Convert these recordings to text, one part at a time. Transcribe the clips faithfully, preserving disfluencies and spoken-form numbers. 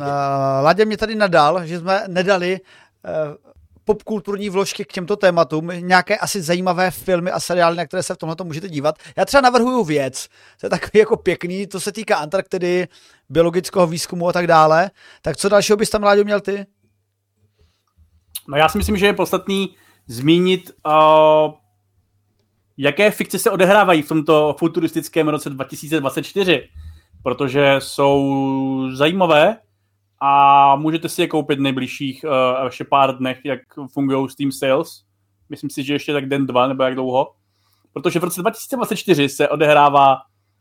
Láďa mě tady nadal, že jsme nedali uh, popkulturní vložky k těmto tématům, nějaké asi zajímavé filmy a seriály, na které se v tomhle můžete dívat. Já třeba navrhuju Věc, to je takový jako pěkný, to se týká Antarktidy, biologického výzkumu a tak dále. Tak co dalšího bys tam, Láďo, měl ty? No já si myslím, že je podstatný zmínit, uh, jaké fikce se odehrávají v tomto futuristickém roce dva tisíce dvacet čtyři, protože jsou zajímavé a můžete si je koupit v nejbližších uh, ještě pár dnech, jak fungují Steam Sales. Myslím si, že ještě tak den, dva, nebo jak dlouho. Protože v roce dva tisíce dvacet čtyři se odehrává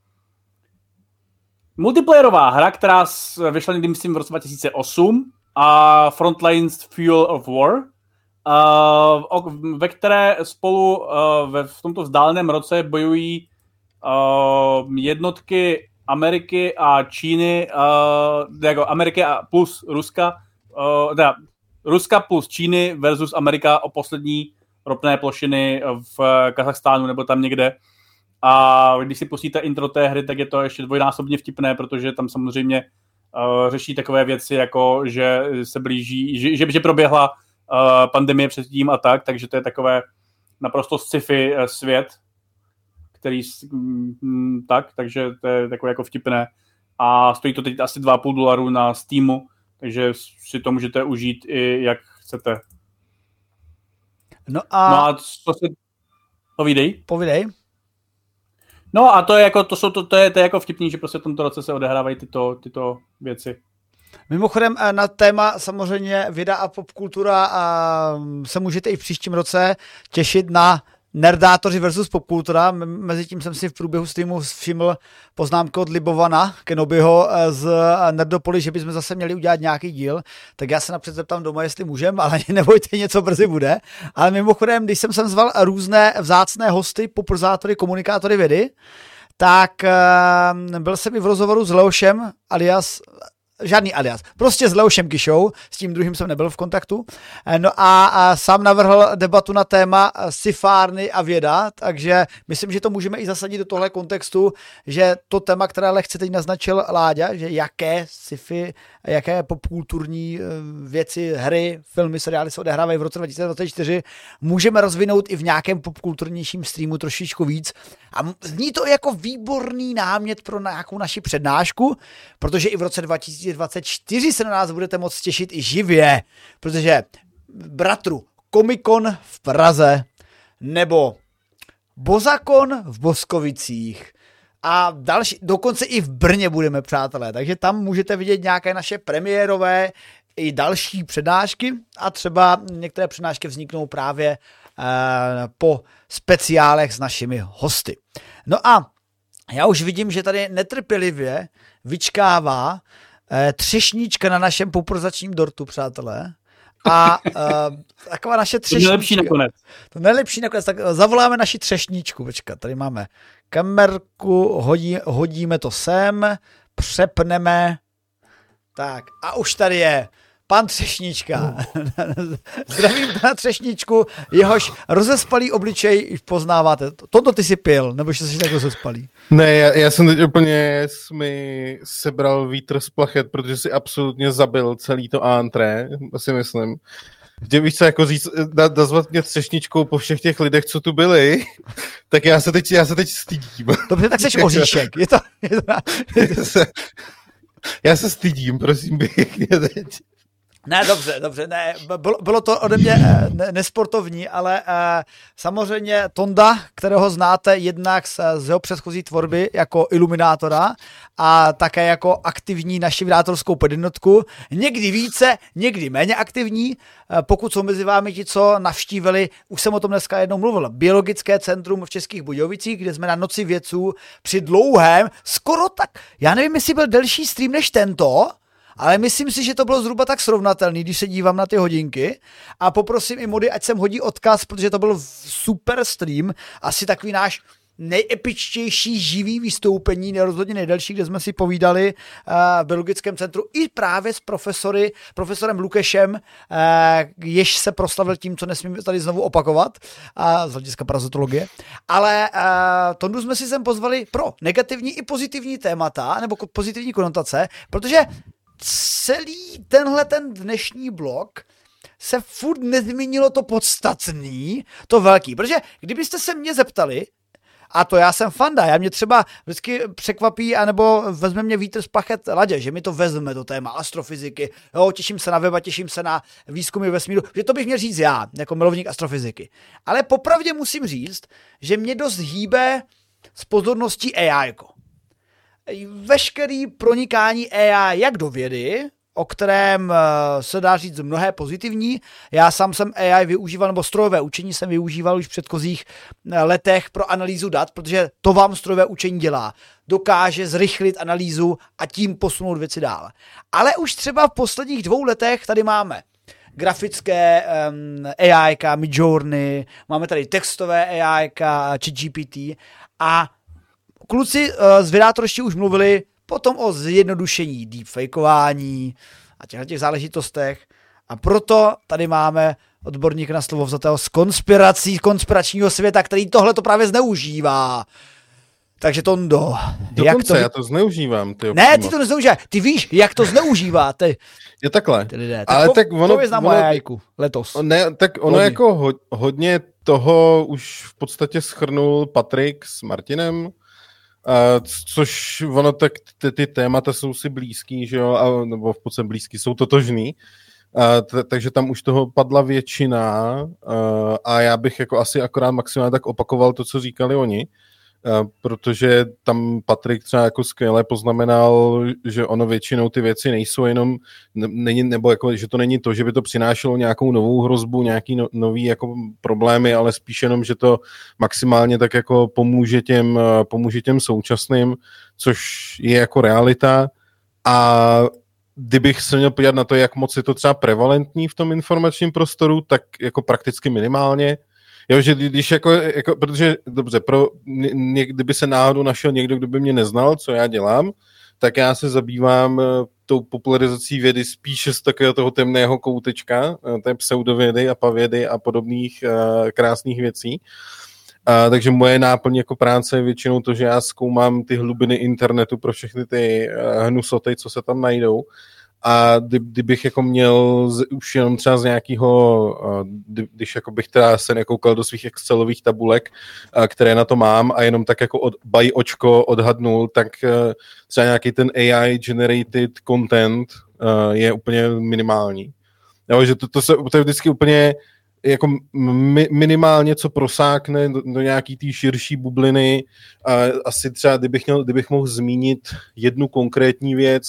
multiplayerová hra, která vyšla někdy, myslím, v roce dva tisíce osm, a Frontlines Fuel of War, uh, ve které spolu uh, ve, v tomto vzdáleném roce bojují uh, jednotky Ameriky a Číny, uh, jako Ameriky a plus Ruska, uh, teda Ruska plus Číny versus Amerika o poslední ropné plošiny v Kazachstánu nebo tam někde. A když si pustíte intro té hry, tak je to ještě dvojnásobně vtipné, protože tam samozřejmě uh, řeší takové věci, jako že se blíží, že, že, že proběhla uh, pandemie předtím a tak, takže to je takové naprosto sci-fi uh, svět, který mm, tak, takže to je takové jako vtipné. A stojí to teď asi dva a půl dolaru na Steamu, takže si to můžete užít i jak chcete. No a... No a co se... Povídej. Povídej. No a to je jako, to jsou, to, to je, to je jako vtipný, že prostě v tomto roce se odehrávají tyto, tyto věci. Mimochodem na téma samozřejmě věda a popkultura a se můžete i v příštím roce těšit na Nerdátoři versus popkultura. Mezitím jsem si v průběhu streamu všiml poznámku od Libovana Kenobiho z Nerdopoly, že bychom zase měli udělat nějaký díl, tak já se napřed zeptám doma, jestli můžem, ale nebojte, něco brzy bude. Ale mimochodem, když jsem sem zval různé vzácné hosty, popularizátory, komunikátory vědy, tak byl jsem i v rozhovoru s Leošem alias žádný alias, prostě s Leošem Kišou, s tím druhým jsem nebyl v kontaktu, no a, a sám navrhl debatu na téma sci-fárny a věda, takže myslím, že to můžeme i zasadit do tohle kontextu, že to téma, které lehce teď naznačil Láďa, že jaké sci-fi, jaké popkulturní věci, hry, filmy, seriály se odehrávají v roce dva tisíce dvacet čtyři, můžeme rozvinout i v nějakém popkulturnějším streamu trošičku víc a zní to jako výborný námět pro nějakou naši přednášku, protože i v roce dva tisíce dvacet čtyři se na nás budete moct těšit i živě, protože bratru Komikon v Praze nebo Bozakon v Boskovicích a další, dokonce i v Brně budeme, přátelé, takže tam můžete vidět nějaké naše premiérové i další přednášky a třeba některé přednášky vzniknou právě eh, po speciálech s našimi hosty. No a já už vidím, že tady netrpělivě vyčkává eh, třešnička na našem popularizačním dortu, přátelé. A uh, taková naše třešnička. To nejlepší nakonec. To nejlepší nakonec. Tak zavoláme naši třešničku. Počkat, tady máme kamerku, hodí, hodíme to sem, přepneme. Tak, a už tady je pan Třešnička. Zdravím pana Třešničku, jehož rozespalý obličej poznáváte. Toto ty si pil, nebo že jsi tak rozespalý? Ne, já, já jsem teď úplně mi sebral vítr z plachet, protože si absolutně zabil celý to antré, asi myslím. Že víš co, jako říct, nazvat mě Třešničkou po všech těch lidech, co tu byli, tak já se teď, já se teď stydím. Dobře, tak seš oříšek. Je to, je to, je to... Já, se, já se stydím, prosím, pěkně teď. Ne, dobře, dobře, ne, bylo, bylo to ode mě ne, nesportovní, ale eh, samozřejmě Tonda, kterého znáte jednak z, z jeho předchozí tvorby jako iluminátora a také jako aktivní naši vydátorskou podjednotku, někdy více, někdy méně aktivní, eh, pokud jsou mezi vámi ti, co navštívili, už jsem o tom dneska jednou mluvil, Biologické centrum v Českých Budějovicích, kde jsme na Noci vědců při dlouhém, skoro tak, já nevím, jestli byl delší stream než tento, ale myslím si, že to bylo zhruba tak srovnatelný, když se dívám na ty hodinky a poprosím i mody, ať sem hodí odkaz, protože to byl super stream, asi takový náš nejepičtější živý vystoupení, nerozhodně nejdelší, kde jsme si povídali uh, v Biologickém centru i právě s profesory, profesorem Lukešem, uh, jež se proslavil tím, co nesmím tady znovu opakovat, uh, z hlediska parazitologie. Ale uh, Tondu jsme si sem pozvali pro negativní i pozitivní témata, nebo pozitivní konotace, protože celý tenhle ten dnešní blok se furt nezmínilo to podstatný, to velký. Protože kdybyste se mě zeptali, a to já jsem fanda, já mě třeba vždycky překvapí, anebo vezme mě vítr z plachet ladě, že mi to vezme do téma astrofyziky, jo, těším se na web a těším se na výzkumy vesmíru, že to bych měl říct já, jako milovník astrofyziky. Ale popravdě musím říct, že mě dost hýbe z pozorností A I. Veškerý pronikání A I jak do vědy, o kterém se dá říct mnohé pozitivní. Já sám jsem A I využíval, nebo strojové učení jsem využíval už v předchozích letech pro analýzu dat, protože to vám strojové učení dělá. Dokáže zrychlit analýzu a tím posunout věci dál. Ale už třeba v posledních dvou letech tady máme grafické um, A I, Midjourney, máme tady textové A I, ChatGPT a kluci uh, z vydátorští už mluvili potom o zjednodušení deepfakeování a těchto těch záležitostech. A proto tady máme odborníka na slovo vzatého z konspirací, konspiračního světa, který tohle to právě zneužívá. Takže Tondo. Dokonce, jak to... já to zneužívám. Ty ne, ty to nezneužíváš. Ty víš, jak to zneužíváte. Je takhle. Ty lidé. Ale tak, tak po, ono... Pověz nám o jajku letos. Ne, tak ono hodně. jako ho, hodně toho už v podstatě shrnul Patrik s Martinem, Uh, což ono tak ty, ty témata jsou si blízký, že jo, a, nebo v podstatě blízký, jsou totožný, uh, t- takže tam už toho padla většina uh, a já bych jako asi akorát maximálně tak opakoval to, co říkali oni, uh, protože tam Patrik třeba jako skvěle poznamenal, že ono většinou ty věci nejsou jenom, není, nebo jako, že to není to, že by to přinášelo nějakou novou hrozbu, nějaký no, nový jako problémy, ale spíš jenom, že to maximálně tak jako pomůže těm, pomůže těm současným, což je jako realita. A kdybych se měl podívat na to, jak moc je to třeba prevalentní v tom informačním prostoru, tak jako prakticky minimálně. Jo, že když jako, jako protože, dobře, pro, ně, kdyby se náhodou našel někdo, kdo by mě neznal, co já dělám, tak já se zabývám uh, tou popularizací vědy spíše z takového toho temného koutečka, uh, té pseudovědy a pavědy a podobných uh, krásných věcí. Uh, takže moje náplň jako práce je většinou to, že já zkoumám ty hlubiny internetu pro všechny ty uh, hnusoty, co se tam najdou. A kdy, kdybych jako měl z, už jenom třeba z nějakého, kdy, když jako bych teda se nekoukal do svých excelových tabulek, které na to mám a jenom tak jako od, by očko odhadnul, tak třeba nějaký ten A I generated content je úplně minimální. Jo, že to, to, se, to je vždycky úplně jako mi, minimálně co prosákne do, do nějaký té širší bubliny. A asi třeba, kdybych, měl, kdybych mohl zmínit jednu konkrétní věc,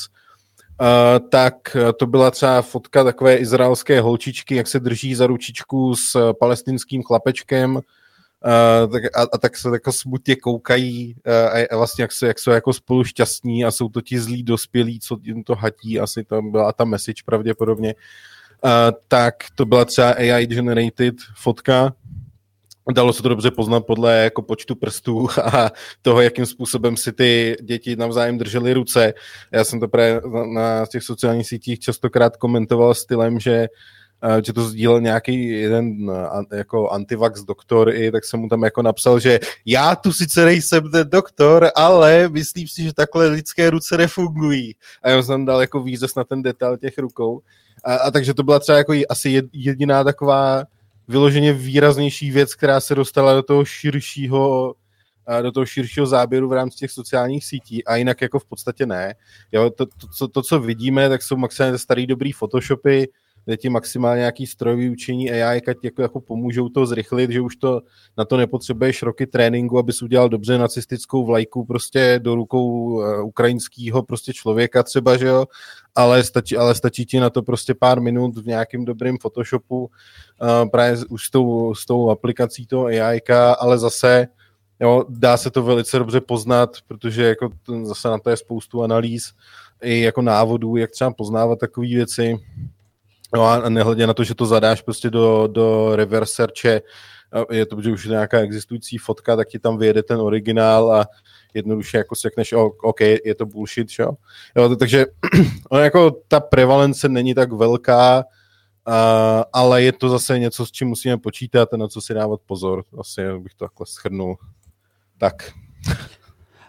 Uh, tak to byla třeba fotka takové izraelské holčičky, jak se drží za ručičku s palestinským chlapečkem uh, tak, a, a tak se jako smutně koukají uh, a vlastně jak, se, jak jsou jako spolu šťastní a jsou to ti zlí dospělí, co jim to hatí, asi tam byla ta message pravděpodobně. Uh, tak to byla třeba A I generated fotka. Dalo se to dobře poznat podle jako počtu prstů a toho, jakým způsobem si ty děti navzájem držely ruce. Já jsem to právě na, na těch sociálních sítích častokrát komentoval stylem, že, že to sdílel nějaký jeden jako antivax doktor, i tak jsem mu tam jako napsal, že já tu sice nejsem ten doktor, ale myslím si, že takhle lidské ruce nefungují. A já jsem dal jako výřez na ten detail těch rukou. A, a takže to byla třeba jako asi jediná taková vyloženě výraznější věc, která se dostala do toho širšího, do toho širšího záběru v rámci těch sociálních sítí a jinak jako v podstatě ne. Jo, to, to, to, to, co vidíme, tak jsou maximálně starý dobrý Photoshopy, kde ti maximálně nějaký strojový učení A I jako, jako pomůžou to zrychlit, že už to na to nepotřebuješ roky tréninku, abys udělal dobře nacistickou vlajku prostě do rukou uh, ukrajinského prostě člověka třeba, že jo, ale stačí, ale stačí ti na to prostě pár minut v nějakém dobrém Photoshopu uh, právě už s tou, s tou aplikací toho A I, ale zase jo, dá se to velice dobře poznat, protože jako to, zase na to je spoustu analýz i jako návodů, jak třeba poznávat takové věci. No a nehledě na to, že to zadáš prostě do, do reverse searche, je to, že už je nějaká existující fotka, tak ti tam vyjede ten originál a jednoduše jako si řekneš, oh, OK, je to bullshit, jo. jo takže jako ta prevalence není tak velká, uh, ale je to zase něco, s čím musíme počítat a na co si dávat pozor. Asi bych to takhle shrnul. Tak.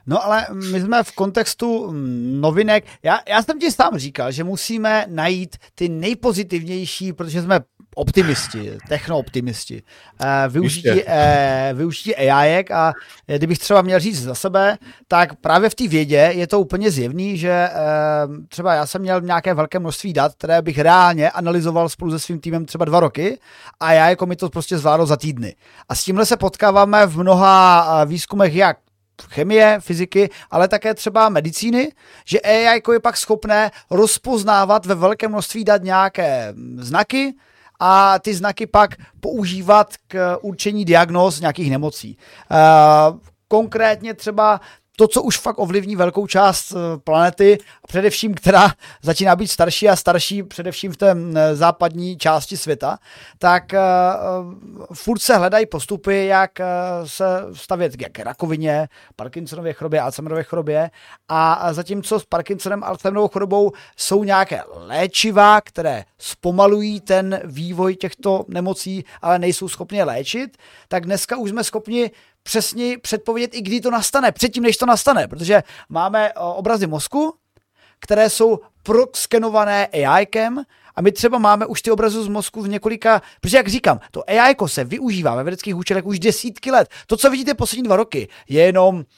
No ale my jsme v kontextu novinek, já, já jsem ti sám říkal, že musíme najít ty nejpozitivnější, protože jsme optimisti, technooptimisti, využití, využití á í a kdybych třeba měl říct za sebe, tak právě v té vědě je to úplně zjevný, že třeba já jsem měl nějaké velké množství dat, které bych reálně analyzoval spolu se svým týmem třeba dva roky a já jako mi to prostě zvládlo za týdny. A s tímhle se potkáváme v mnoha výzkumech jak chemie, fyziky, ale také třeba medicíny, že á í je pak schopné rozpoznávat ve velkém množství dat nějaké znaky a ty znaky pak používat k určení diagnóz nějakých nemocí. Konkrétně třeba to, co už fakt ovlivní velkou část planety, především která začíná být starší a starší, především v té západní části světa, tak uh, furt se hledají postupy, jak uh, se stavět jak rakovině, Parkinsonově chorobě, Alzheimerově chorobě a zatímco s Parkinsonem a Alzheimerovou chorobou jsou nějaké léčiva, které zpomalují ten vývoj těchto nemocí, ale nejsou schopni je léčit, tak dneska už jsme schopni přesně předpovědět i kdy to nastane, předtím, než to nastane, protože máme obrazy mozku, které jsou proskenované á íkem a my třeba máme už ty obrazy z mozku v několika, protože jak říkám, to á í se využívá ve vědeckých účelech už desítky let. To, co vidíte poslední dva roky, je jenom uh,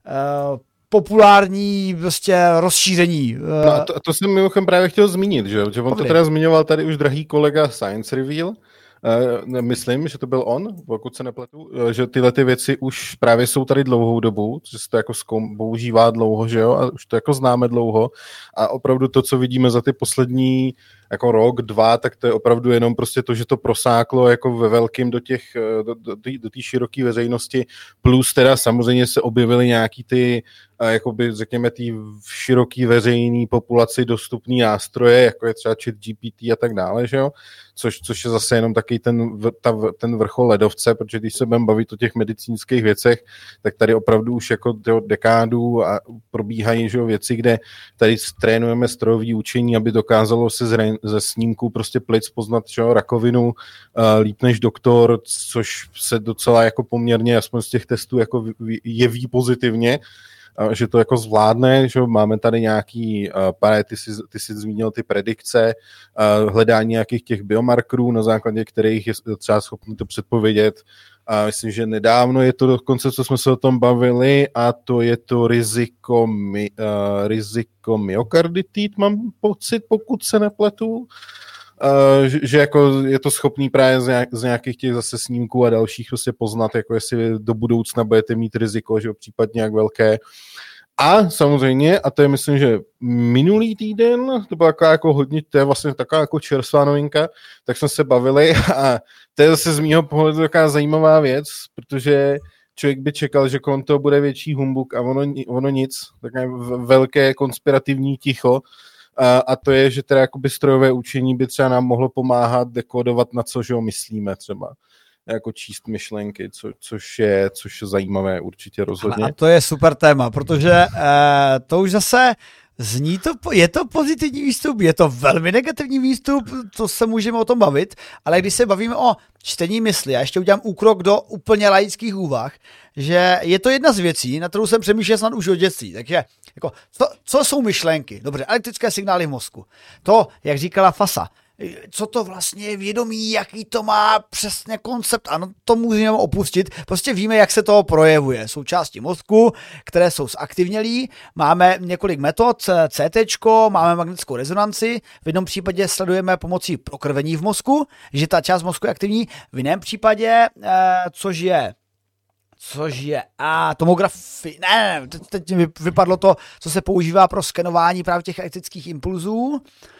populární prostě rozšíření. Uh, no a to, to jsem mimochodem právě chtěl zmínit, že, že on Povím. to teda zmiňoval tady už drahý kolega Science Reveal. Uh, myslím, že to byl on, pokud se nepletu, uh, že tyhle ty věci už právě jsou tady dlouhou dobu, že se to jako zkoum, používá dlouho, že jo, a už to jako známe dlouho a opravdu to, co vidíme za ty poslední jako rok, dva, tak to je opravdu jenom prostě to, že to prosáklo jako ve velkým do těch, do, do, do té široké veřejnosti, plus teda samozřejmě se objevily nějaký ty, jakoby řekněme ty široký veřejný populaci dostupný nástroje, jako je třeba chat G P T a tak dále, že jo, což, což je zase jenom taky ten, ta, ten vrchol ledovce, protože když se budeme bavit o těch medicínských věcech, tak tady opravdu už jako dekádu a probíhají, že jo, věci, kde tady trénujeme strojové učení, aby dokázalo se zre, ze snímku prostě plic poznat, že jo, rakovinu uh, líp než doktor, což se docela jako poměrně, aspoň z těch testů, jako jeví pozitivně, uh, že to jako zvládne, že jo, máme tady nějaký uh, pár, ty jsi, ty jsi zmínil ty predikce, uh, hledání nějakých těch biomarkerů, na základě kterých je třeba schopný to předpovědět. A myslím, že nedávno je to dokonce, co jsme se o tom bavili, a to je to riziko, my, uh, riziko myokarditit, mám pocit, pokud se nepletu, uh, že, že jako je to schopný právě z, nějak, z nějakých těch zase snímků a dalších prostě poznat, jako jestli do budoucna budete mít riziko, že případně jak velké. A samozřejmě, a to je myslím, že minulý týden, to byla taková jako hodně, to je vlastně taková jako čerstvá novinka, tak jsme se bavili a to je zase z mýho pohledu taková zajímavá věc, protože člověk by čekal, že kolem toho bude větší humbuk a ono, ono nic, takové velké konspirativní ticho a, a to je, že teda jakoby strojové učení by třeba nám mohlo pomáhat dekodovat, na co že ho myslíme třeba. Jako číst myšlenky, co, což, je, což je zajímavé určitě rozhodně. A to je super téma, protože eh, to už zase zní to, je to pozitivní výstup, je to velmi negativní výstup, to se můžeme o tom bavit, ale když se bavíme o čtení mysli, a ještě udělám úkrok do úplně laických úvah, že je to jedna z věcí, na kterou jsem přemýšlel snad už od dětství, takže jako, co, co jsou myšlenky? Dobře, elektrické signály v mozku. To, jak říkala Fasa, co to vlastně je vědomí, jaký to má přesně koncept, ano, to můžeme opustit, prostě víme, jak se to projevuje. Jsou části mozku, které jsou zaktivnělý, máme několik metod, C T, máme magnetickou rezonanci, v jednom případě sledujeme pomocí prokrvení v mozku, že ta část mozku je aktivní, v jiném případě, eh, což je což je a tomografie, ne, ne, teď mi vypadlo to, co se používá pro skenování právě těch elektrických impulzů.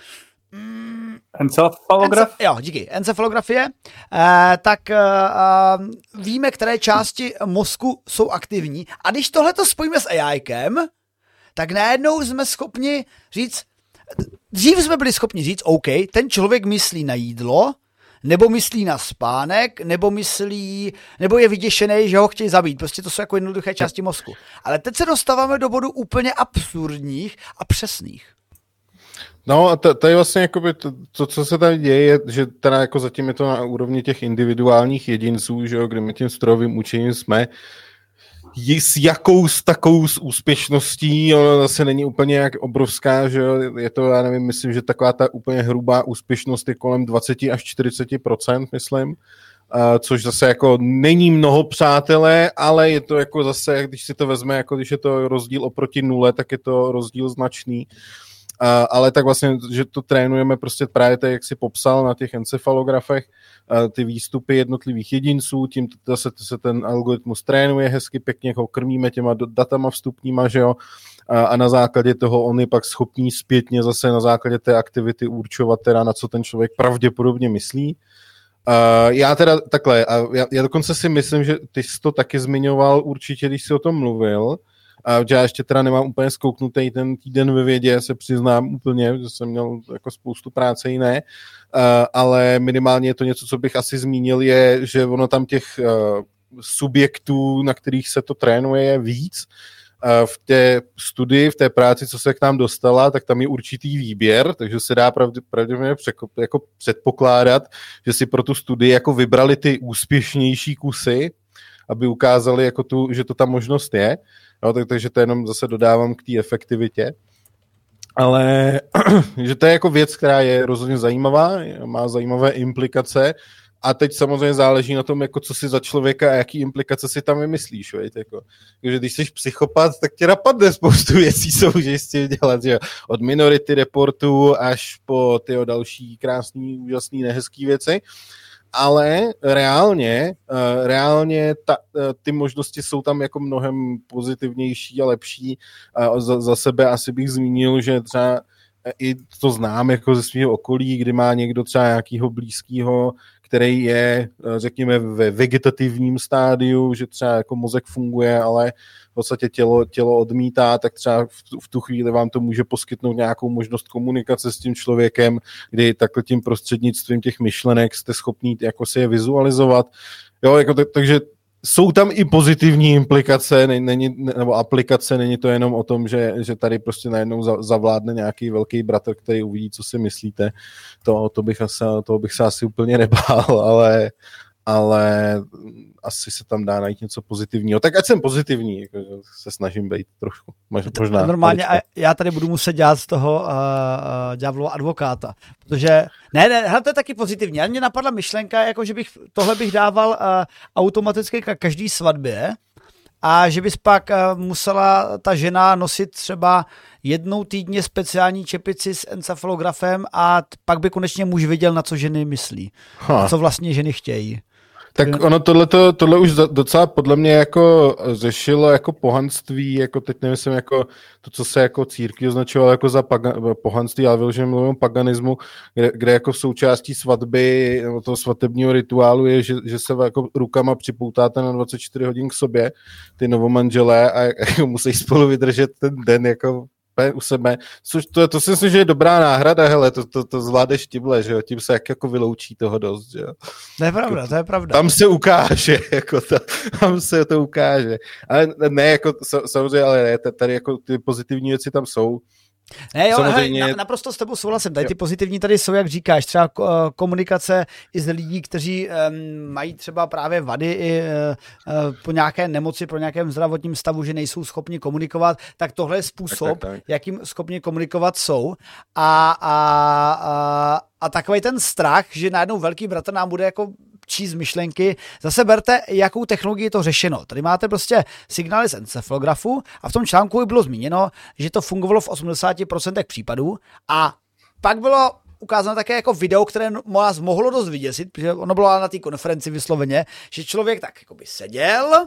Mm, Encefalograf? Ence, jo, díky. Encefalografie. E, tak e, víme, které části mozku jsou aktivní. A když tohle to spojíme s á íkem, tak najednou jsme schopni říct, dřív jsme byli schopni říct, OK, ten člověk myslí na jídlo, nebo myslí na spánek, nebo myslí, nebo je vyděšený, že ho chtějí zabít. Prostě to jsou jako jednoduché části mozku. Ale teď se dostáváme do bodu úplně absurdních a přesných. No a to, to je vlastně jakoby to, to, co se tam děje, je, že teda jako zatím je to na úrovni těch individuálních jedinců, že jo, kde my tím strojovým učením jsme. s jakou s takovou s úspěšností, ona zase není úplně jak obrovská, že je to, já nevím, myslím, že taková ta úplně hrubá úspěšnost je kolem dvacet až čtyřicet procent, myslím, uh, což zase jako není mnoho, přátelé, ale je to jako zase, když si to vezme, jako když je to rozdíl oproti nule, tak je to rozdíl značný. Uh, ale tak vlastně, že to trénujeme prostě právě tak, jak si popsal na těch encefalografech, uh, ty výstupy jednotlivých jedinců, tím zase se ten algoritmus trénuje hezky, pěkně ho krmíme těma datama vstupníma, že jo, uh, a na základě toho on je pak schopný zpětně zase na základě té aktivity určovat teda, na co ten člověk pravděpodobně myslí. Uh, já teda takhle, a já, já dokonce si myslím, že ty jsi to taky zmiňoval určitě, když jsi o tom mluvil, a já ještě teda nemám úplně zkouknutý ten týden ve vědě, se přiznám úplně, že jsem měl jako spoustu práce jiné, uh, ale minimálně je to něco, co bych asi zmínil, je, že ono tam těch uh, subjektů, na kterých se to trénuje, je víc. Uh, v té studii, v té práci, co se k nám dostala, tak tam je určitý výběr, takže se dá pravdě, pravděpodobně jako předpokládat, že si pro tu studii jako vybrali ty úspěšnější kusy, aby ukázali, jako tu, že to ta možnost je. No, tak, takže to jenom zase dodávám k té efektivitě. Ale že to je jako věc, která je rozhodně zajímavá, má zajímavé implikace a teď samozřejmě záleží na tom, jako co si za člověka a jaký implikace si tam vymyslíš. Jako, že když jsi psychopat, tak tě napadne spoustu věcí, co můžeš s tím dělat. Že? Od Minority Reportu až po tyjo, další krásný, úžasný, nehezký věci. Ale reálně, reálně ta, ty možnosti jsou tam jako mnohem pozitivnější a lepší. Za, za sebe asi bych zmínil, že třeba i to znám jako ze svého okolí, kdy má někdo třeba nějakého blízkého, který je, řekněme, ve vegetativním stádiu, že třeba jako mozek funguje, ale v podstatě tělo, tělo odmítá, tak třeba v tu, v tu chvíli vám to může poskytnout nějakou možnost komunikace s tím člověkem, kdy takhle tím prostřednictvím těch myšlenek jste schopní jako si je vizualizovat. Jo, jako tak, takže jsou tam i pozitivní implikace, není, nebo aplikace, není to jenom o tom, že, že tady prostě najednou zavládne nějaký velký bratr, který uvidí, co si myslíte. To, to bych asi, toho bych se asi úplně nebál, ale, ale asi se tam dá najít něco pozitivního. Tak ať jsem pozitivní, jako, se snažím být trošku. Možná. Normálně a já tady budu muset dělat z toho uh, uh, ďáblova advokáta, protože ne, ne, hele, to je taky pozitivní. Ale mě napadla myšlenka, jako že bych tohle bych dával uh, automaticky k každý svatbě a že bys pak uh, musela ta žena nosit třeba jednou týdně speciální čepici s encefalografem a t- pak by konečně muž viděl, na co ženy myslí. Ha. Co vlastně ženy chtějí. Tak ono tohleto, tohle už docela podle mě jako řešilo jako pohanství, jako teď nemyslím jako to, co se jako církví označovalo jako za paga, pohanství, ale vyloženě mluvím o paganismu, kde, kde jako v součástí svatby nebo toho svatebního rituálu je, že, že se jako rukama připoutáte na dvacet čtyři hodin k sobě, ty novomanželé a jako musí spolu vydržet ten den jako u sebe, což to, to si myslím, že je dobrá náhrada, hele, to, to, to zvládneš tímhle, že jo, tím se jak jako vyloučí toho dost, že jo. To je pravda, to je pravda. Tam se ukáže, jako to, tam se to ukáže, ale ne, jako samozřejmě, ale ne, tady jako ty pozitivní věci tam jsou. Ne, jo, Samozřejmě... hej, naprosto s tebou souhlasím. Tady ty pozitivní tady jsou, jak říkáš, třeba komunikace i s lidí, kteří um, mají třeba právě vady i uh, po nějaké nemoci, po nějakém zdravotním stavu, že nejsou schopni komunikovat, tak tohle je způsob, tak, tak, tak. jakým schopni komunikovat jsou. A, a, a, a takový ten strach, že najednou velký bratr nám bude jako číst myšlenky. Zase berte, jakou technologii je to řešeno. Tady máte prostě signály z encefalografu a v tom článku bylo zmíněno, že to fungovalo v osmdesáti procentech případů a pak bylo ukázáno také jako video, které vás mohlo dost vyděsit, protože ono bylo na té konferenci vysloveně, že člověk tak jako by seděl,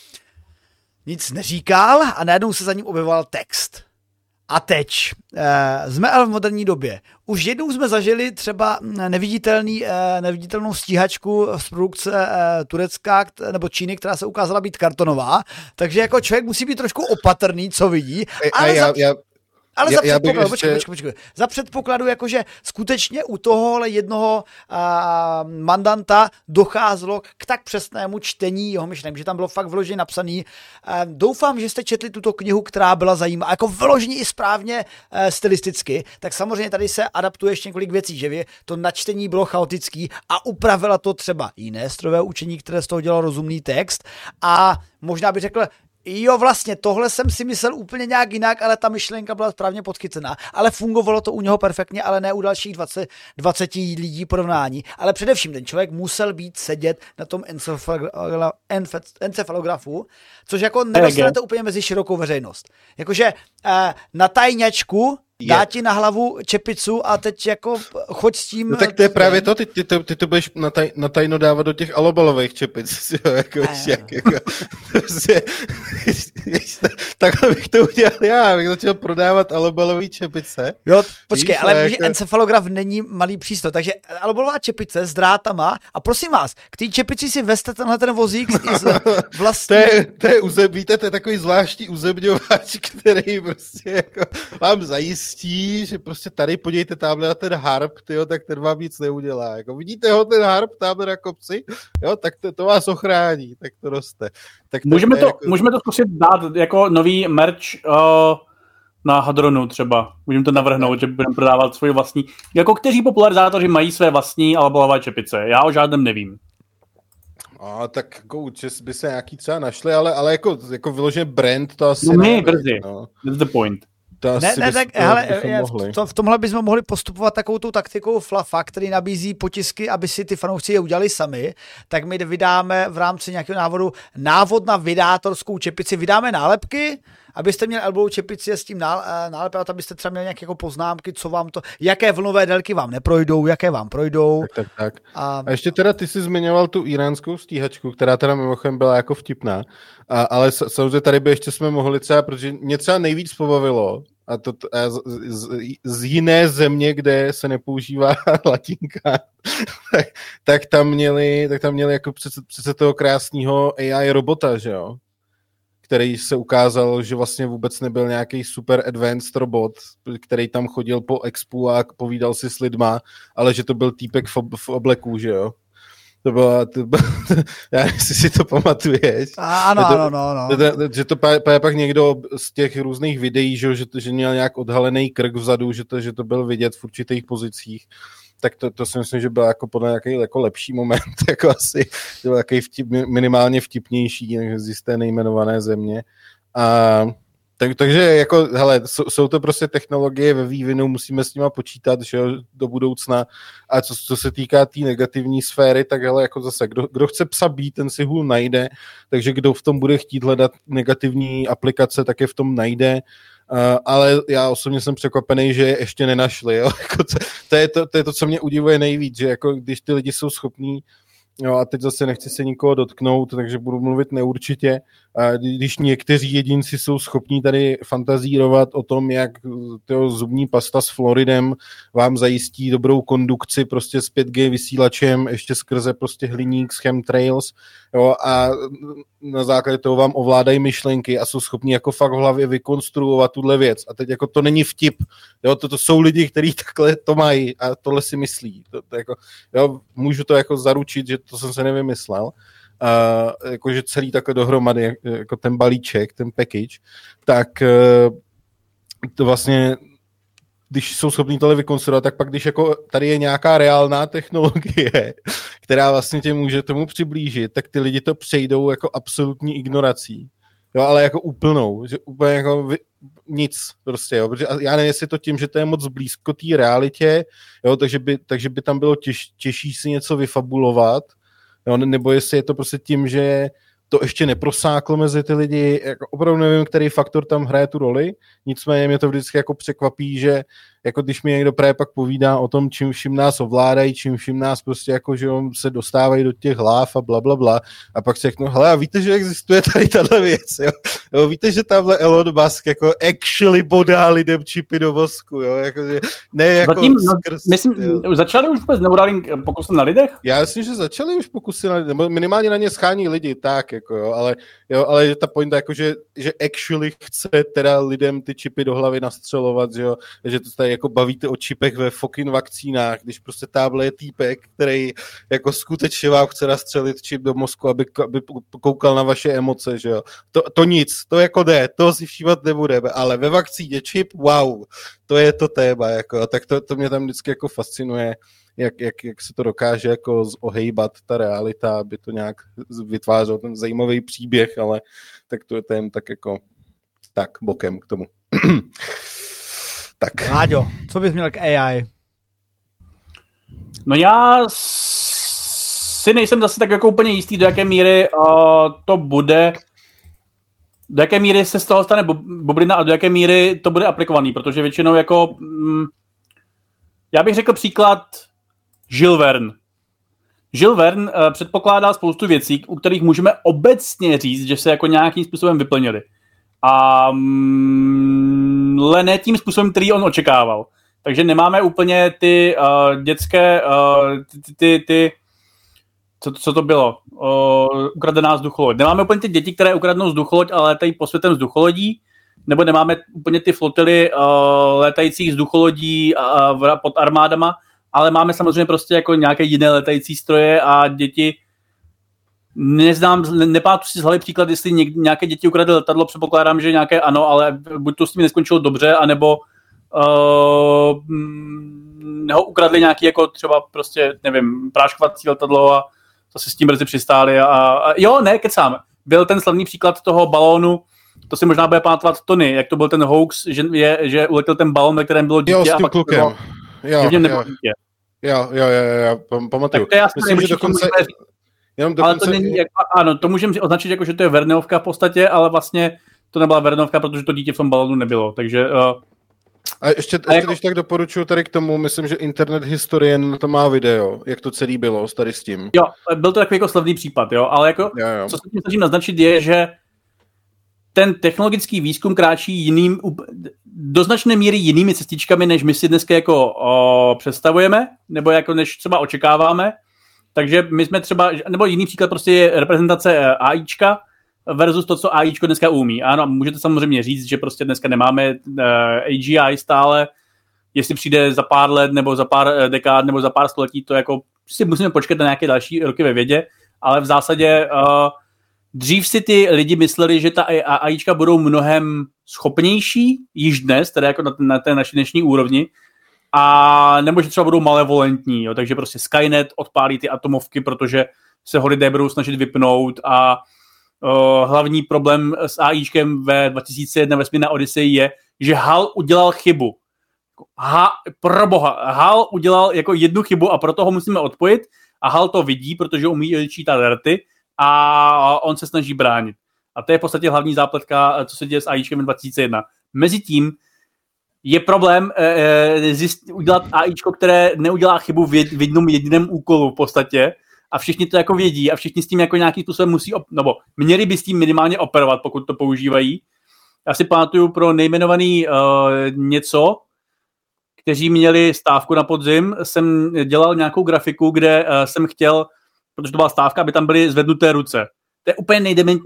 nic neříkal a najednou se za ním objevoval text. A teď eh, jsme ale v moderní době. Už jednou jsme zažili třeba neviditelný, eh, neviditelnou stíhačku z produkce eh, Turecka nebo Číny, která se ukázala být kartonová, takže jako člověk musí být trošku opatrný, co vidí. Ale já, za... já... Ale já, za předpokladu, ještě... počkej, počkej, počkej. Za předpokladu, jakože skutečně u tohohle jednoho a, mandanta docházelo k tak přesnému čtení jeho myšlenek, že tam bylo fakt vyloženě napsaný. A, doufám, že jste četli tuto knihu, která byla zajímavá, jako vyloženě i správně a, stylisticky, tak samozřejmě tady se adaptuje ještě několik věcí, že to načtení bylo chaotický a upravila to třeba jiné strojové učení, které z toho dělalo rozumný text a možná by řekl, Jo, vlastně, tohle jsem si myslel úplně nějak jinak, ale ta myšlenka byla správně podchycená. Ale fungovalo to u něho perfektně, ale ne u dalších dvacet, dvacet lidí porovnání. Ale především ten člověk musel být sedět na tom encefalogra- encefalografu, což jako nedostanete úplně mezi širokou veřejnost. Jakože eh, na tajňačku dá ti na hlavu čepicu a teď jako choď s tím... No tak to je právě to, ty, ty, to, ty to budeš na, taj, na tajno dávat do těch alobalových čepic, jo, jako, jak, jako, prostě, takhle bych to udělal já, bych začal prodávat alobalový čepice. Jo, počkej, víš, ale jako... encefalograf není malý přístroj, takže alobalová čepice s drátama a prosím vás, k té čepici si veste tenhle ten vozík z vlastní... To je, to je uzeb, víte, to je takový zvláštní uzemňovač, který prostě jako vám zajistí, že prostě tady podívejte tamhle na ten harp, tyjo, tak ten vám nic neudělá. Jako vidíte ho ten harp tamhle na kopci, jo, tak to, to vás ochrání, tak to roste. Tak to, můžeme, to, jako... můžeme to zkusit dát jako nový merch uh, na Hadronu třeba. Můžeme to navrhnout, že budeme prodávat svoji vlastní. Jako kteří popularizátoři mají své vlastní alobalové čepice. Já o žádném nevím. A tak jako určitě by se nějaký třeba našli, ale, ale jako, jako vyloženě brand to asi... No ne, brzy. No. That's the point. To ne, ne, tak hele, v, to, v tomhle bychom mohli postupovat takovou tou taktikou Flafa, který nabízí potisky, aby si ty fanoušci je udělali sami, tak my vydáme v rámci nějakého návodu návod na vydátorskou čepici, vydáme nálepky, abyste měli albovou čepici s tím nálepem, abyste třeba měli nějaké jako poznámky, co vám to, jaké vlnové délky vám neprojdou, jaké vám projdou. Tak, tak, tak. A... a ještě teda ty jsi zmiňoval tu iránskou stíhačku, která teda mimochodem byla jako vtipná, a, ale samozřejmě tady by ještě jsme mohli třeba, protože mě třeba nejvíc pobavilo, a to a z, z, z jiné země, kde se nepoužívá latinka, tak, tak tam měli, tak tam měli jako přece, přece toho krásného A I robota, že jo? Který se ukázal, že vlastně vůbec nebyl nějaký super advanced robot, který tam chodil po expu a povídal si s lidma, ale že to byl týpek v, ob, v obleku, že jo? To bylo, to bylo, já nevím, jestli si to pamatuješ. Ano, to, ano, ano. ano. Že to pak, pak někdo z těch různých videí, že, že měl nějak odhalený krk vzadu, že to, že to byl vidět v určitých pozicích, tak to, to si myslím, že byl jako podle nějaký jako lepší moment, jako asi to byl takový vtip, minimálně vtipnější z jisté nejmenované země. A tak, takže jako, hele, jsou, jsou to prostě technologie ve vývinu, musíme s nima počítat, že jo, do budoucna. A co, co se týká té tý negativní sféry, tak hele, jako zase, kdo, kdo chce psa být, ten si hůl najde, takže kdo v tom bude chtít hledat negativní aplikace, tak je v tom najde. Uh, ale já osobně jsem překvapený, že je ještě nenašli. Jo? Jako to, to, je to, to je to, co mě udivuje nejvíc, že jako když ty lidi jsou schopní, jo, a teď zase nechci se nikoho dotknout, takže budu mluvit neurčitě, a když někteří jedinci jsou schopní tady fantazírovat o tom, jak tyho zubní pasta s fluoridem vám zajistí dobrou kondukci prostě s pět G vysílačem, ještě skrze prostě hliník s chemtrails, jo, a na základě toho vám ovládají myšlenky a jsou schopní jako fakt v hlavě vykonstruovat tuhle věc. A teď jako to není vtip, jo, to, to jsou lidi, kteří takhle to mají a tohle si myslí. To, to jako, jo, můžu to jako zaručit, že to jsem se nevymyslel. Uh, jakože celý takhle dohromady, jako ten balíček, ten package, tak uh, to vlastně, když jsou schopní tohle vykonstruovat, tak pak když jako tady je nějaká reálná technologie, která vlastně tě může tomu přiblížit, tak ty lidi to přejdou jako absolutní ignorací. Jo, ale jako úplnou, že úplně jako vy, nic prostě, jo, protože já nevím, jestli to tím, že to je moc blízko té realitě, jo, takže by, takže by tam bylo těž, těžší si něco vyfabulovat, jo, nebo jestli je to prostě tím, že to ještě neprosáklo mezi ty lidi, jako opravdu nevím, který faktor tam hraje tu roli, nicméně mě to vždycky jako překvapí, že jako když mi někdo právě pak povídá o tom, čím vším nás ovládají, čím vším nás prostě jako, že se dostávají do těch hlav a bla, bla, bla, a pak se řeknu, hele, a víte, že existuje tady tahle věc, jo? Jo, víte, že tamhle Elon Musk jako actually bodá lidem čipy do mozku, jo, jako, že ne jako Zatím, skrz, myslím, jo. Začali už vůbec Neuralink pokusy na lidech? Já myslím, že začali už pokusy na lidech, nebo minimálně na ně schání lidi, tak, jako, jo, ale, jo, ale ta pointa, jako, že, že actually chce teda lidem ty čipy do hlavy nastřelovat, že jo, že to tady jako bavíte o čipech ve fucking vakcínách, když prostě táble je týpek, který jako skutečně vám chce nastřelit čip do mozku, aby, aby koukal na vaše emoce, že jo. To, to nic, to jako jde, to si všímat nebudeme, ale ve vakcíně čip, wow, to je to téma, jako, tak to, to mě tam vždycky jako fascinuje, jak, jak, jak se to dokáže jako zohejbat ta realita, aby to nějak vytvářelo ten zajímavý příběh, ale tak to je ten tak jako tak bokem k tomu. Tak. Láďo, co bys měl k A I? No já si nejsem zase tak jako úplně jistý, do jaké míry uh, to bude, do jaké míry se z toho stane bublina a do jaké míry to bude aplikovaný, protože většinou jako, mm, já bych řekl příklad Jules Verne. Jules Verne uh, předpokládá spoustu věcí, u kterých můžeme obecně říct, že se jako nějakým způsobem vyplnily. A mm, ale ne tím způsobem, který on očekával. Takže nemáme úplně ty uh, dětské, uh, ty, ty, ty co, co to bylo? Uh, ukradená vzducholoď. Nemáme úplně ty děti, které ukradnou vzducholoď a létají po světem vzducholodí, nebo nemáme úplně ty flotily uh, létajících vzducholodí uh, pod armádama, ale máme samozřejmě prostě jako nějaké jiné létající stroje a děti. Neznám, nepamatuji si z hlavy příklad, jestli něk, nějaké děti ukradly letadlo, předpokládám, že nějaké ano, ale buď to s tím neskončilo dobře, anebo uh, ho ukradli nějaký jako třeba prostě, nevím, práškovací letadlo a zase s tím brzy přistáli a, a jo, ne, kecám. Byl ten slavný příklad toho balónu, to si možná bude pamatovat Tony, jak to byl ten hoax, že, je, že uletěl ten balón, ve kterém bylo dítě. Jo, s tím a klukem. Bylo, jo, že v něm jo. nebylo dítě. Jo, jo, jo, jo, pamatuju. Tak to je jasný, myslím, že dokonce... Jenom dokonce... Ale to není, jako, ano, to můžeme označit jako, že to je Verneovka v podstatě, ale vlastně to nebyla Verneovka, protože to dítě v tom balónu nebylo, takže... Uh, a ještě, ještě a jako... když tak doporučuji tady k tomu, myslím, že Internet historie na to má video, jak to celý bylo tady s tím. Jo, byl to takový jako slavný případ, jo, ale jako, jo, jo. co se tím snažím naznačit je, že ten technologický výzkum kráčí jiným, do značné míry jinými cestičkami, než my si dneska jako o, představujeme, nebo jako než třeba očekáváme. Takže my jsme třeba, nebo jiný příklad prostě je reprezentace AIčka versus to, co AIčko dneska umí. Ano, můžete samozřejmě říct, že prostě dneska nemáme uh, A G I stále, jestli přijde za pár let, nebo za pár dekád, nebo za pár století, to jako si musíme počkat na nějaké další roky ve vědě, ale v zásadě uh, dřív si ty lidi mysleli, že ta AIčka budou mnohem schopnější, již dnes, teda jako na, na té naší dnešní úrovni, a nebo že třeba budou malevolentní, jo, takže prostě Skynet odpálí ty atomovky, protože se ho lidé budou snažit vypnout a uh, hlavní problém s AIčkem ve dva tisíce jedna vesmírná Odyssey je, že Hal udělal chybu. Ha, proboha, Hal udělal jako jednu chybu a proto ho musíme odpojit a Hal to vidí, protože umí čítat alerty a on se snaží bránit. A to je v podstatě hlavní zápletka, co se děje s AIčkem dva tisíce jedna. Mezitím je problém e, zjist, udělat AIčko, které neudělá chybu v, jed, v jednom jediném úkolu v podstatě a všichni to jako vědí a všichni s tím jako nějakým způsobem musí, op, nebo měli by s tím minimálně operovat, pokud to používají. Já si pamatuju pro nejmenovaný uh, něco, kteří měli stávku na podzim, jsem dělal nějakou grafiku, kde uh, jsem chtěl, protože to byla stávka, aby tam byly zvednuté ruce. To je úplně nejdement...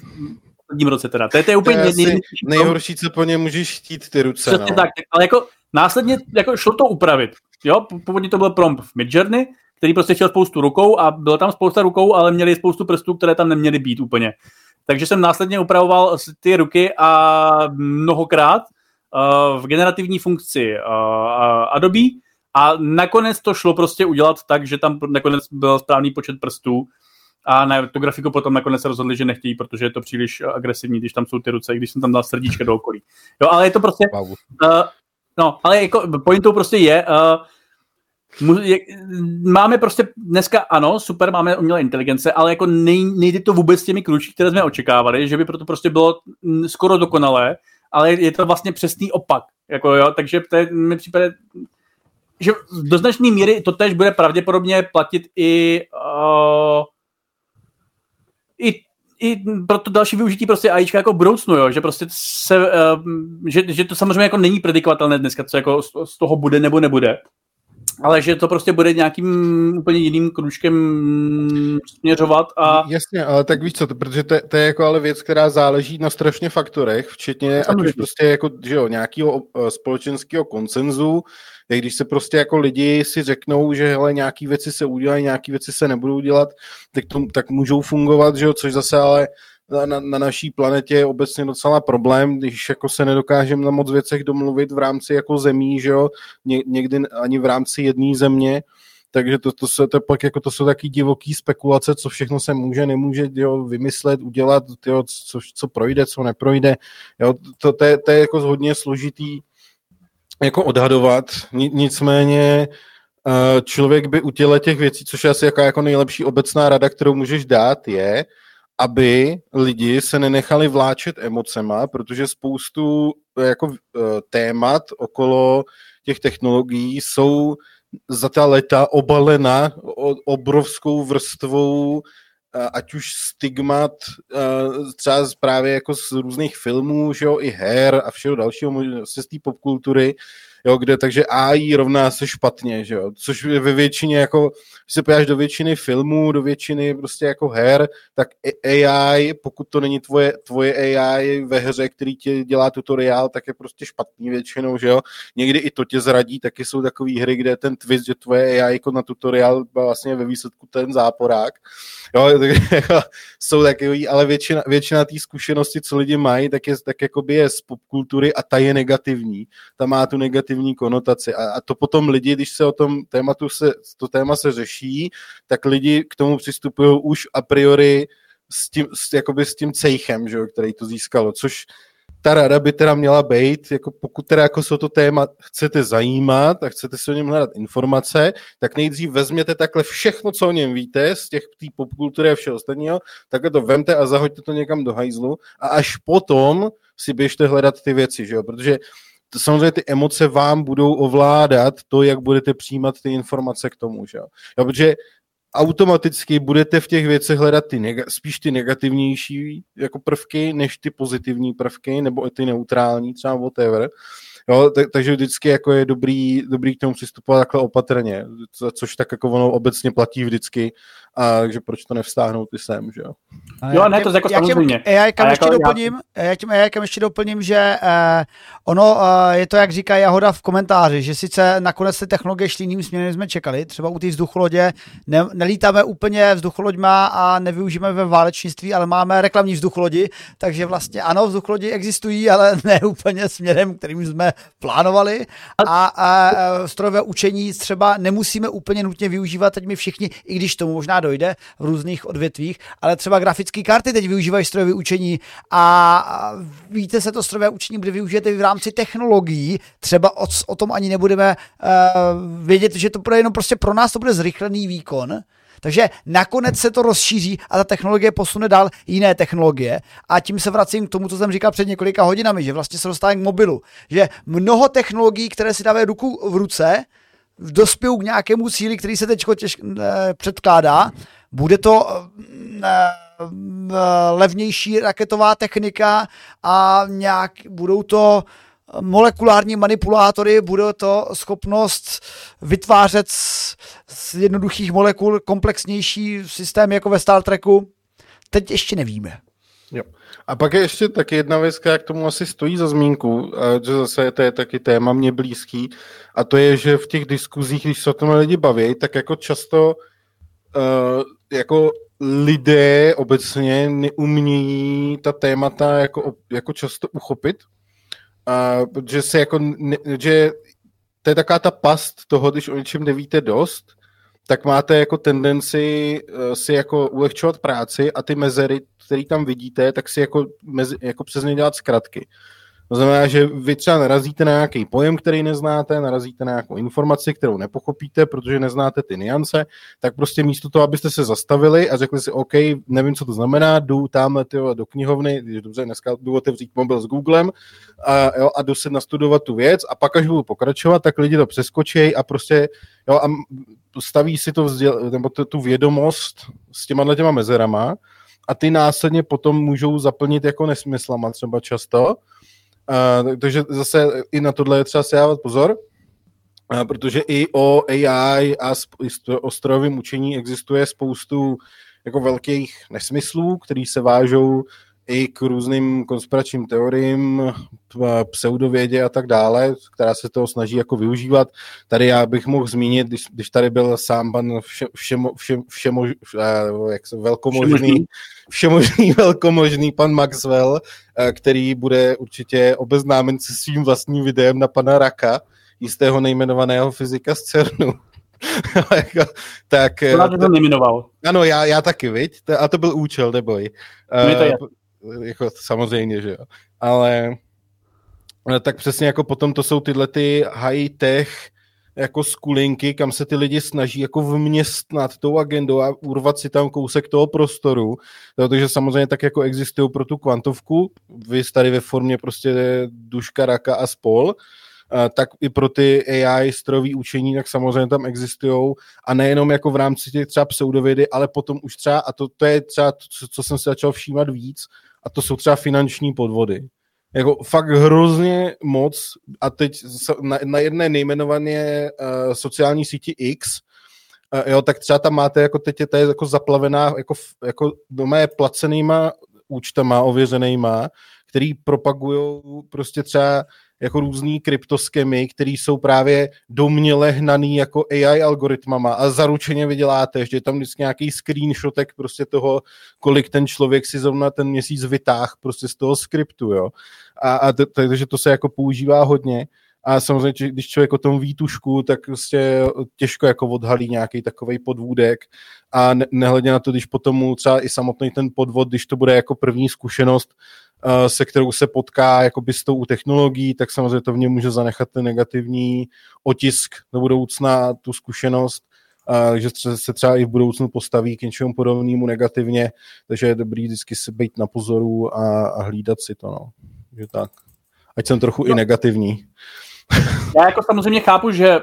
v roce teda. To je, to je úplně to je nej, nej, nejhorší, co po něm můžeš chtít ty ruce. Přesně no. tak, ale jako následně jako šlo to upravit. Jo, původně to byl prompt v Midjourney, který prostě chtěl spoustu rukou a bylo tam spousta rukou, ale měli spoustu prstů, které tam neměly být úplně. Takže jsem následně upravoval ty ruky a mnohokrát uh, v generativní funkci uh, Adobe a nakonec to šlo prostě udělat tak, že tam nakonec byl správný počet prstů. A na tu grafiku potom nakonec se rozhodli, že nechtějí, protože je to příliš agresivní, když tam jsou ty ruce, i když jsem tam dal srdíčka do okolí. Jo, ale je to prostě... Uh, no, ale jako pointou prostě je... Uh, mu, je... Máme prostě dneska, ano, super, máme umělé inteligence, ale jako nej, nejde to vůbec s těmi kručky, které jsme očekávali, že by proto prostě bylo skoro dokonalé, ale je to vlastně přesný opak. Jako jo, takže to je, mi připadá, že do značné míry to též bude pravděpodobně platit i... Uh, I, i pro to další využití prostě AIčka jako budoucnu, jo, že prostě se, uh, že, že to samozřejmě jako není predikovatelné dneska, co jako z, z toho bude nebo nebude. ale že to prostě bude nějakým úplně jiným kručkem směřovat a... Jasně, ale tak víš co, to, protože to, to je jako ale věc, která záleží na strašně faktorech, včetně ať už prostě jako, že jo, nějakého společenského konsenzu, jak když se prostě jako lidi si řeknou, že hele, nějaký věci se udělají, nějaký věci se nebudou dělat, tak, to, tak můžou fungovat, že jo, což zase ale na, na naší planetě je obecně docela problém, když jako se nedokážeme na moc věcech domluvit v rámci jako zemí, že jo, Ně, někdy ani v rámci jedné země, takže to, to, to, to, pak jako to jsou taky divoký spekulace, co všechno se může, nemůže jo, vymyslet, udělat, jo, co, co projde, co neprojde, jo, to, to, je, to je jako hodně složitý jako odhadovat, nicméně člověk by u těle těch věcí, což je asi jaká jako nejlepší obecná rada, kterou můžeš dát, je, aby lidi se nenechali vláčet emocema, protože spoustu jako témat okolo těch technologií jsou za ta léta obalena obrovskou vrstvou ať už stigmat třeba právě jako z různých filmů, že jo, i her a všeho dalšího z té popkultury, jo, kde takže á í rovná se špatně, že jo, což ve většině jako, když se podíváš do většiny filmů, do většiny prostě jako her, tak á í, pokud to není tvoje, tvoje á í ve hře, který ti dělá tutoriál, tak je prostě špatný většinou, že jo, někdy i to tě zradí, taky jsou takový hry, kde ten twist, že tvoje á í jako na tutoriál vlastně ve výsledku ten záporák, jo, tak jsou takový, ale většina, většina té zkušenosti, co lidi mají, tak je tak jakoby je z popkultury a ta je negativní, ta má tu negativní konotaci a, a to potom lidi, když se o tom tématu se, to téma se řeší, tak lidi k tomu přistupují už a priori s tím, s, jakoby s tím cejchem, že jo, který to získalo, což ta rada by teda měla být, jako pokud teda jako se o to téma chcete zajímat a chcete si o něm hledat informace, tak nejdřív vezměte takhle všechno, co o něm víte, z těch tý popkultury a všeho ostatního, takhle to vemte a zahoďte to někam do hajzlu a až potom si běžte hledat ty věci, že jo, protože to, samozřejmě ty emoce vám budou ovládat to, jak budete přijímat ty informace k tomu, že jo, jo protože automaticky budete v těch věcech hledat ty neg- spíš ty negativnější jako prvky, než ty pozitivní prvky, nebo ty neutrální, třeba whatever. Jo, tak, takže vždycky jako je dobrý, dobrý k tomu přistupovat takhle opatrně, což tak jako ono obecně platí vždycky, a takže proč to nevstáhnout i sem, že jo? Jo, ne, to jako samozřejmě. Já kam ještě doplním, já tím já ještě doplním, že eh, ono eh, je to, jak říká Jahoda v komentáři, že sice nakonec ty technologie šly jiným směrem, jsme čekali, třeba u té vzducholodě ne, nelítáme úplně vzducholoďma a nevyužijeme ve válečnictví, ale máme reklamní vzducholodi, takže vlastně ano, vzducholodi existují, ale ne úplně směrem, kterým jsme plánovali a, a, a strojové učení třeba nemusíme úplně nutně využívat teď my všichni, i když tomu možná dojde v různých odvětvích, ale třeba grafické karty teď využívají strojové učení a víte se to strojové učení bude využít v rámci technologií, třeba o, o tom ani nebudeme uh, vědět, že to bude jenom prostě pro nás to bude zrychlený výkon. Takže nakonec se to rozšíří a ta technologie posune dál jiné technologie. A tím se vracím k tomu, co jsem říkal před několika hodinami, že vlastně se dostávám k mobilu. Že mnoho technologií, které si dávají ruku v ruce, dospějí k nějakému cíli, který se teď těž, eh, předkládá. Bude to eh, levnější raketová technika a nějak budou to molekulární manipulátory, bude to schopnost vytvářet z, z jednoduchých molekul komplexnější systém jako ve Star Treku. Teď ještě nevíme. Jo. A pak je ještě taky jedna věc, která k tomu asi stojí za zmínku, že zase to je taky téma mě blízký, a to je, že v těch diskuzích, když se o tom lidi baví, tak jako často uh, jako lidé obecně neumějí ta témata jako, jako často uchopit. Uh, protože se jako, ne, že to je taková ta past toho, když o něčem nevíte dost, tak máte jako tendenci uh, si jako ulehčovat práci a ty mezery, které tam vidíte, tak si jako, mezi, jako přes ně dělat zkratky. To znamená, že vy třeba narazíte na nějaký pojem, který neznáte, narazíte na nějakou informaci, kterou nepochopíte, protože neznáte ty niance, tak prostě místo toho, abyste se zastavili a řekli si, OK, nevím, co to znamená, jdu tamhle tyjo, do knihovny, když dobře, dneska jdu otevřít mobil s Googlem a, jo, a jdu se nastudovat tu věc a pak, až budu pokračovat, tak lidi to přeskočí a prostě jo, a staví si to vzděl, nebo tu, tu vědomost s těma těma mezerama a ty následně potom můžou zaplnit jako nesmyslama třeba často. Uh, takže zase i na tohle je třeba si dávat pozor. A protože i o A I a o strojovém učení existuje spoustu jako velkých nesmyslů, který se vážou i k různým konspiračním teoriím, pseudovědě a tak dále, která se toho snaží jako využívat. Tady já bych mohl zmínit, když, když tady byl sám pan vše, všemo, vše, všemo, jak se, velkomožný, všemožný velkomožný pan Maxwell, který bude určitě obeznámen se svým vlastním videem na pana Raka, jistého nejmenovaného fyzika z CERNu. Tak, to to nejmenoval. Ano, já, já taky, viď? A to byl účel, neboj. No, to je. Jako, samozřejmě, že jo. Ale tak přesně jako potom to jsou tyhle ty high-tech jako skulinky, kam se ty lidi snaží jako vměstnat tou agendou a urvat si tam kousek toho prostoru, protože samozřejmě tak jako existují pro tu kvantovku, vy tady ve formě prostě Duška, Raka a spol, tak i pro ty A I strojový učení, tak samozřejmě tam existujou a nejenom jako v rámci těch třeba pseudovědy, ale potom už třeba, a to, to je třeba to, co jsem se začal všímat víc, a to jsou třeba finanční podvody. Jako fakt hrozně moc a teď na, na jedné nejmenované uh, sociální síti X, uh, jo, tak třeba tam máte, jako teď je to je jako zaplavená jako, jako doma je placenýma účtama, ověřenýma, který propagujou prostě třeba jako různý kryptoskemy, které jsou právě domněle hnaný jako A I algoritmama a zaručeně vyděláte, že je tam vždycky nějaký screenshotek prostě toho, kolik ten člověk si zrovna ten měsíc vytáhl prostě z toho skriptu, jo. A, a t- takže to se jako používá hodně a samozřejmě, když člověk o tom ví tušku, tak prostě těžko jako odhalí nějaký takovej podvůdek a ne- nehledě na to, když potom třeba i samotný ten podvod, když to bude jako první zkušenost, se kterou se potká jakoby s tou technologií, tak samozřejmě to v něm může zanechat ten negativní otisk do budoucna, tu zkušenost, že se třeba i v budoucnu postaví k něčemu podobnému negativně, takže je dobrý vždycky si být na pozoru a, a hlídat si to, no. Že tak. Ať jsem trochu no. i negativní. Já jako samozřejmě chápu, že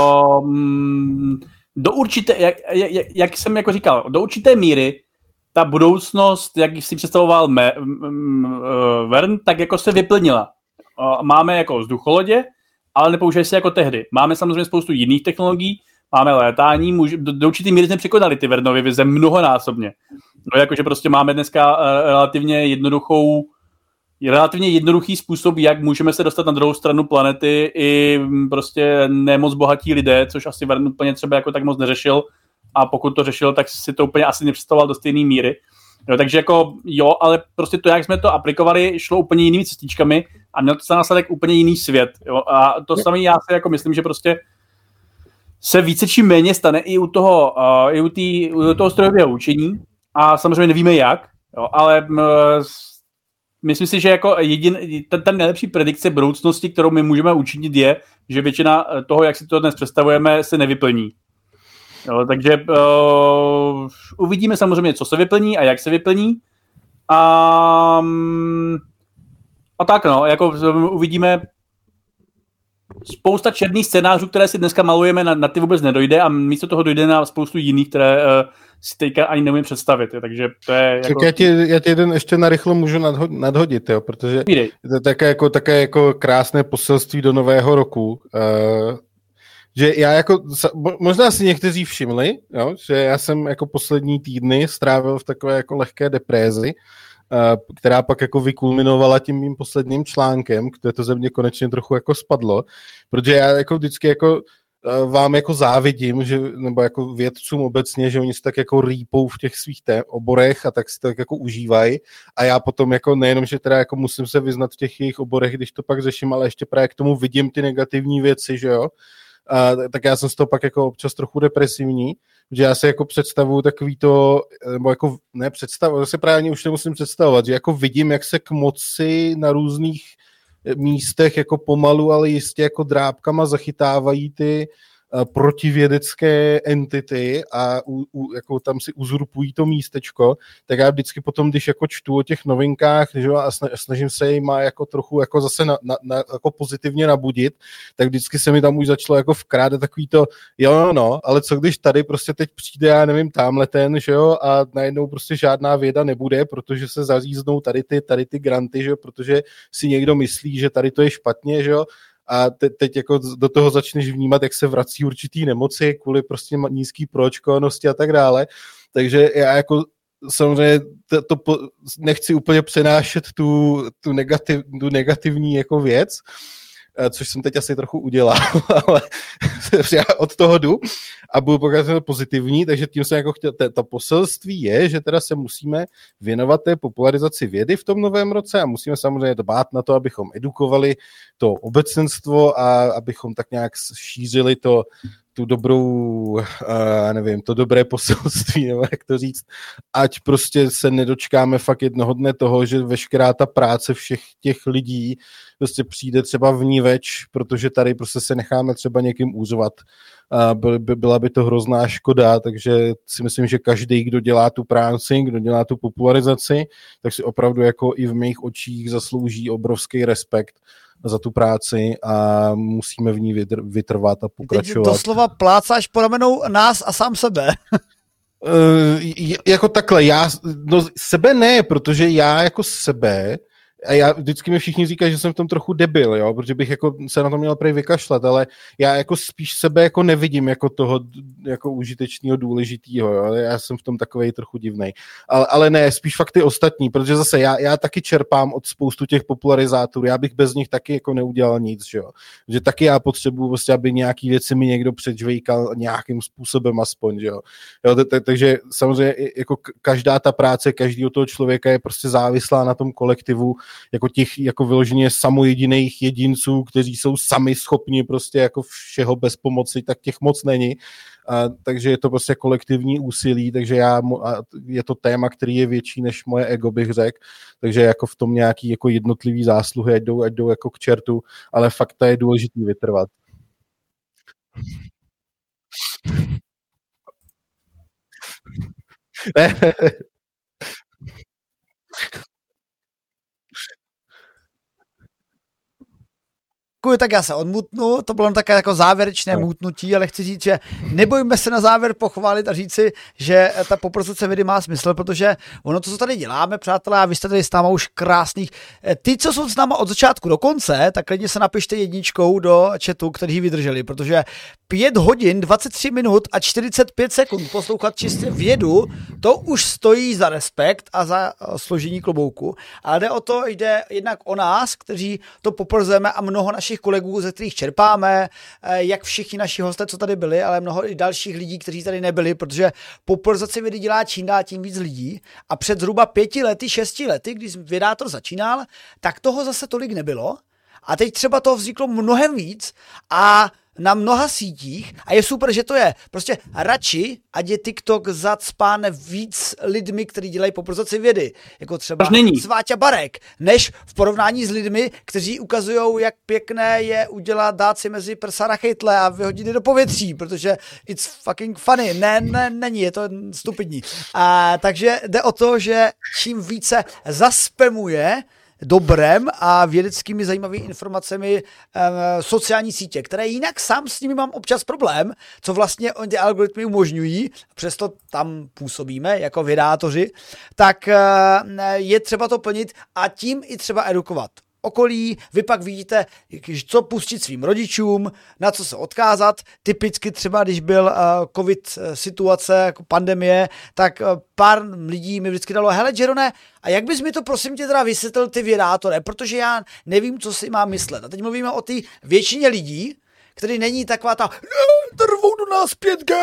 um, do určité, jak, jak, jak jsem jako říkal, do určité míry ta budoucnost, jak si představoval me, m, m, Vern, tak jako se vyplnila. Máme jako vzducholodě, ale nepoužívají se jako tehdy. Máme samozřejmě spoustu jiných technologií, máme létání, může, do, do určitý míry jsme překonali ty Vernovy vize mnohonásobně. No jakože prostě máme dneska relativně jednoduchou, relativně jednoduchý způsob, jak můžeme se dostat na druhou stranu planety i prostě nemoc bohatí lidé, což asi Vern úplně třeba jako tak moc neřešil, a pokud to řešil, tak si to úplně asi nepředstavoval do stejné míry. Jo, takže jako jo, ale prostě to, jak jsme to aplikovali, šlo úplně jinými cestičkami a měl to za následek úplně jiný svět. Jo. A to samé já si jako myslím, že prostě se více či méně stane i u toho, uh, i u, tý, u toho strojového učení a samozřejmě nevíme jak, jo, ale uh, myslím si, že jako jedin, ten, ten nejlepší predikce budoucnosti, kterou my můžeme učinit, je, že většina toho, jak si to dnes představujeme, se nevyplní. Jo, takže uh, uvidíme samozřejmě, co se vyplní a jak se vyplní. A, a tak no, jako uvidíme spousta černých scénářů, které si dneska malujeme, na, na ty vůbec nedojde a místo toho dojde na spoustu jiných, které uh, si teďka ani neumím představit. Jo, takže to je jako... Já ti, já ti jeden ještě narychlo můžu nadhodit, jo, protože Pídej. to je také jako, také jako krásné poselství do nového roku. Uh, že já jako, možná si někteří všimli, jo, že já jsem jako poslední týdny strávil v takové jako lehké deprézi, která pak jako vykulminovala tím mým posledním článkem, které to ze mě konečně trochu jako spadlo, protože já jako vždycky jako vám jako závidím, že, nebo jako vědcům obecně, že oni si tak jako rýpou v těch svých té oborech a tak si to tak jako užívají a já potom jako nejenom, že teda jako musím se vyznat v těch jejich oborech, když to pak řeším, ale ještě právě k tomu vidím ty negativní věci, že jo, a, tak já jsem z toho pak jako občas trochu depresivní, že já se jako představuju takový to, nebo jako ne představuju, se právě už nemusím představovat, že jako vidím, jak se k moci na různých místech jako pomalu, ale jistě jako drápkama zachytávají ty uh, protivědecké entity a u, u, jako tam si uzurpují to místečko, tak já vždycky potom, když jako čtu o těch novinkách, že, a snažím se jima jako trochu jako zase na, na, na, jako pozitivně nabudit, tak vždycky se mi tam už začalo jako vkrádat takový to, jo, no, ale co když tady prostě teď přijde, já nevím, támhle ten, že jo, a najednou prostě žádná věda nebude, protože se zaříznou tady ty, tady ty granty, že jo, protože si někdo myslí, že tady to je špatně, že jo, a te, teď jako do toho začneš vnímat, jak se vrací určitý nemoci kvůli prostě nízký proočkovanosti a tak dále. Takže já jako samozřejmě to, to po, nechci úplně přenášet tu, tu, negativ, tu negativní jako věc, což jsem teď asi trochu udělal, ale já od toho jdu a budu pokračovat pozitivní, takže tím jsem jako chtěl, to poselství je, že teda se musíme věnovat té popularizaci vědy v tom novém roce a musíme samozřejmě dbát na to, abychom edukovali to obecenstvo a abychom tak nějak šířili to tu dobrou, uh, nevím, to dobré poselství, nebo jak to říct, ať prostě se nedočkáme fakt jednoho dne toho, že veškerá ta práce všech těch lidí prostě přijde třeba vníveč, protože tady prostě se necháme třeba někým úřovat. Uh, by, byla by to hrozná škoda, takže si myslím, že každý, kdo dělá tu práci, kdo dělá tu popularizaci, tak si opravdu jako i v mých očích zaslouží obrovský respekt za tu práci a musíme v ní vytrvat a pokračovat. Teď doslova plácáš po ramenou nás a sám sebe. Uh, jako takhle, já, no sebe ne, protože já jako sebe, a já vždycky mi všichni říkají, že jsem v tom trochu debil, jo, protože bych jako se na to měl prej vykašlat, ale já jako spíš sebe jako nevidím jako toho jako užitečného, důležitýho, jo, já jsem v tom takovej trochu divnej. Ale, ale ne, spíš fakt ty ostatní, protože zase já, já taky čerpám od spoustu těch popularizátorů, já bych bez nich taky jako neudělal nic, jo, že taky já potřebuju prostě, aby nějaký věci mi někdo předžvejkal nějakým způsobem aspoň, jo, jo takže samozřejmě jako každá ta práce každého toho člověka je prostě závislá na tom kolektivu, jako těch jako vyloženě samojediných jedinců, kteří jsou sami schopni prostě jako všeho bez pomoci, tak těch moc není. A, takže je to prostě kolektivní úsilí, takže já, a je to téma, který je větší než moje ego, bych řekl, takže jako v tom nějaký jako jednotlivý zásluhy, ať jdou, ať jdou jako k čertu, ale fakt to je důležitý vytrvat. Tak já se odmutnu, to bylo také jako závěrečné no. mutnutí, ale chci říct, že nebojíme se na závěr pochválit a říci, že ta popularizace vědy má smysl, protože ono to, co tady děláme, přátelé, a vy jste tady s náma už krásných, ty, co jsou s náma od začátku do konce, tak klidně se napište jedničkou do chatu, kteří vydrželi, protože pět hodin, dvacet tři minut a čtyřicet pět sekund poslouchat čistě vědu, to už stojí za respekt a za složení klobouku, ale jde o to, jde jednak o nás, kteří to popularizujeme a mnoho našich kolegů, ze kterých čerpáme, jak všichni naši hosté, co tady byli, ale mnoho i dalších lidí, kteří tady nebyli, protože popularizaci vědy dělá čím dál tím víc lidí a před zhruba pěti lety, šesti lety, když Vědátor začínal, tak toho zase tolik nebylo a teď třeba toho vzniklo mnohem víc a na mnoha sítích a je super, že to je. Prostě radši, ať je TikTok zacpán víc lidmi, kteří dělají popularizaci vědy, jako třeba Sváťa Barek, než v porovnání s lidmi, kteří ukazují, jak pěkné je udělat, dát si mezi prsa na chejtle a vyhodit je do povětří, protože it's fucking funny. Ne, ne, není, je to stupidní. A, takže jde o to, že čím více zaspamuje dobrem a vědeckými zajímavými informacemi e, sociální sítě, které jinak sám s nimi mám občas problém, co vlastně ty algoritmy umožňují, přesto tam působíme jako vědátoři, tak e, je třeba to plnit a tím i třeba edukovat okolí, vy pak vidíte, co pustit svým rodičům, na co se odkázat. Typicky třeba, když byl uh, covid situace, jako pandemie, tak uh, pár lidí mi vždycky dalo, hele Jerone, a jak bys mi to prosím tě teda vysvětlil ty vědátore, protože já nevím, co si mám myslet. A teď mluvíme o té většině lidí, který není taková ta trvou do nás pět G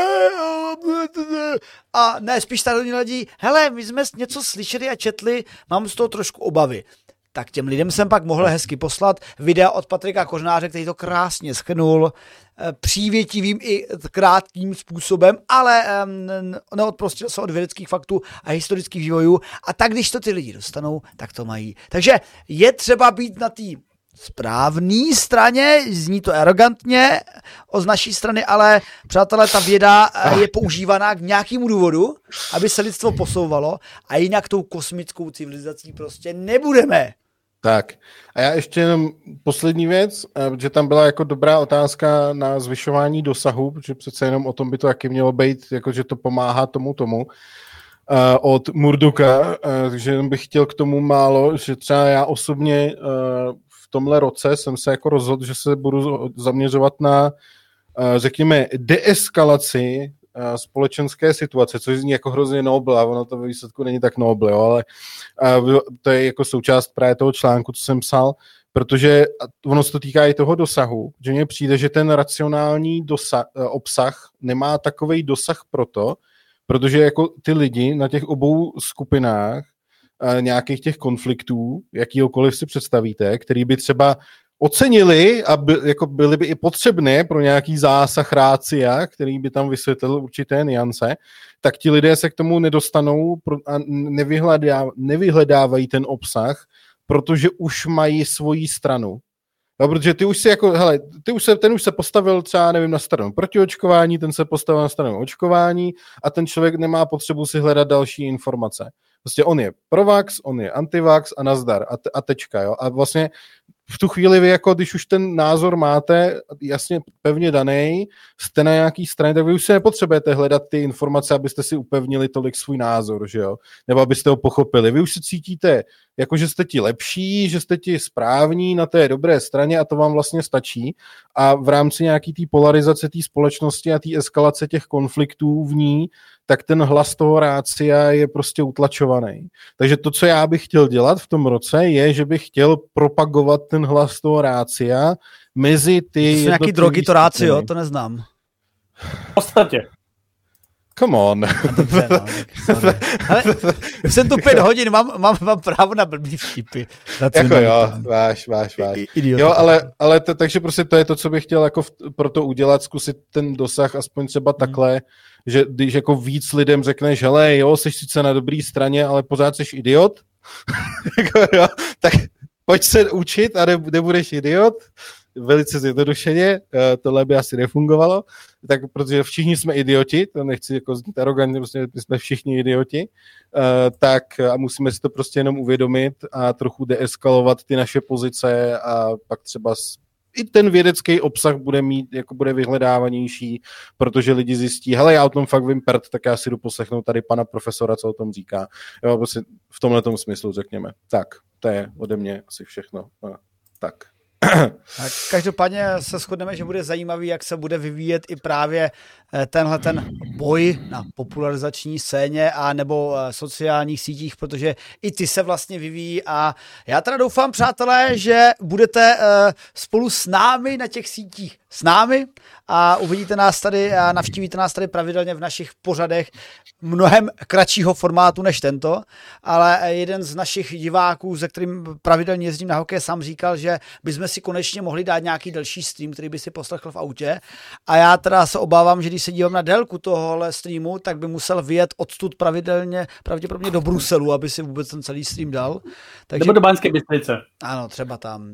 a ne, spíš tady lidi, hele, my jsme něco slyšeli a četli, mám z toho trošku obavy. Tak těm lidem jsem pak mohl hezky poslat videa od Patrika Kořnáře, který to krásně shrnul přívětivým i krátkým způsobem, ale um, neodprostil se od vědeckých faktů a historických vývojů. A tak, když to ty lidi dostanou, tak to mají. Takže je třeba být na té správné straně, zní to arrogantně z naší strany, ale přátelé, ta věda je používaná k nějakému důvodu, aby se lidstvo posouvalo a jinak tou kosmickou civilizací prostě nebudeme. Tak a já ještě jenom poslední věc, že tam byla jako dobrá otázka na zvyšování dosahu, protože přece jenom o tom by to taky mělo být, jako že to pomáhá tomu tomu uh, od Murdoka, uh, takže jenom bych chtěl k tomu málo, že třeba já osobně uh, v tomhle roce jsem se jako rozhodl, že se budu zaměřovat na, řekněme, deeskalaci společenské situace, což zní jako hrozně nobl, a ono to ve výsledku není tak nobl, jo, ale to je jako součást právě toho článku, co jsem psal, protože ono se to týká i toho dosahu, že mně přijde, že ten racionální dosah, obsah nemá takovej dosah proto, protože jako ty lidi na těch obou skupinách nějakých těch konfliktů, jakýhokoliv si představíte, který by třeba ocenili a by, jako byly by i potřebné pro nějaký zásah rácia, který by tam vysvětlil určité niance, tak ti lidé se k tomu nedostanou a nevyhledá, nevyhledávají ten obsah, protože už mají svoji stranu. No, protože ty už si jako, hele, ty už se, ten už se postavil třeba, nevím, na stranu protiočkování, ten se postavil na stranu očkování a ten člověk nemá potřebu si hledat další informace. Prostě on je provax, on je antivax a nazdar a, te, a tečka, jo. A vlastně v tu chvíli vy, jako když už ten názor máte jasně pevně daný, jste na nějaký straně, tak vy už se nepotřebujete hledat ty informace, abyste si upevnili tolik svůj názor, že jo? Nebo abyste ho pochopili. Vy už se cítíte, jako že jste ti lepší, že jste ti správní na té dobré straně a to vám vlastně stačí. A v rámci nějaký té polarizace té společnosti a té eskalace těch konfliktů v ní, tak ten hlas toho rácia je prostě utlačovaný. Takže to, co já bych chtěl dělat v tom roce, je, že bych chtěl propagovat ten hlas toho rácia mezi ty... To jsou nějaký drogy to rácio, to neznám. V podstatě. Come on. Dobře, no, ale už jsem tu pět hodin, mám, mám, mám právo na blbý vtipy. Na jako jo, váš, váš, váš. Idiot. Jo, ale, ale to, takže prostě to je to, co bych chtěl jako v, pro to udělat, zkusit ten dosah aspoň třeba hmm. takhle, že když jako víc lidem řekneš, hele, jo, jsi sice na dobrý straně, ale pořád jsi idiot, jako, jo, tak pojď se učit a ne, nebudeš idiot, velice zjednodušeně, tohle by asi nefungovalo, tak protože všichni jsme idioti, to nechci jako znít arogantně, prostě my jsme všichni idioti, tak a musíme si to prostě jenom uvědomit a trochu deeskalovat ty naše pozice a pak třeba i ten vědecký obsah bude mít, jako bude vyhledávanější, protože lidi zjistí, hele, já o tom fakt vím prd, tak já si jdu poslechnout tady pana profesora, co o tom říká. Jo, prostě v tomhletom smyslu řekněme. Tak, to je ode mě asi všechno. No, tak. Tak každopádně se shodneme, že bude zajímavý, jak se bude vyvíjet i právě tenhle ten boj na popularizační scéně a nebo sociálních sítích, protože i ty se vlastně vyvíjí a já teda doufám, přátelé, že budete spolu s námi na těch sítích s námi a uvidíte nás tady a navštívíte nás tady pravidelně v našich pořadech mnohem kratšího formátu než tento, ale jeden z našich diváků, se kterým pravidelně jezdím na hokej, sám říkal, že bychom si konečně mohli dát nějaký delší stream, který by si poslechl v autě a já teda se obávám, že když se dívám na délku tohohle streamu, tak by musel vyjet odstud pravidelně, pravděpodobně do Bruselu, aby si vůbec ten celý stream dal. Takže, nebo do Banské Bystrice. Ano, třeba tam.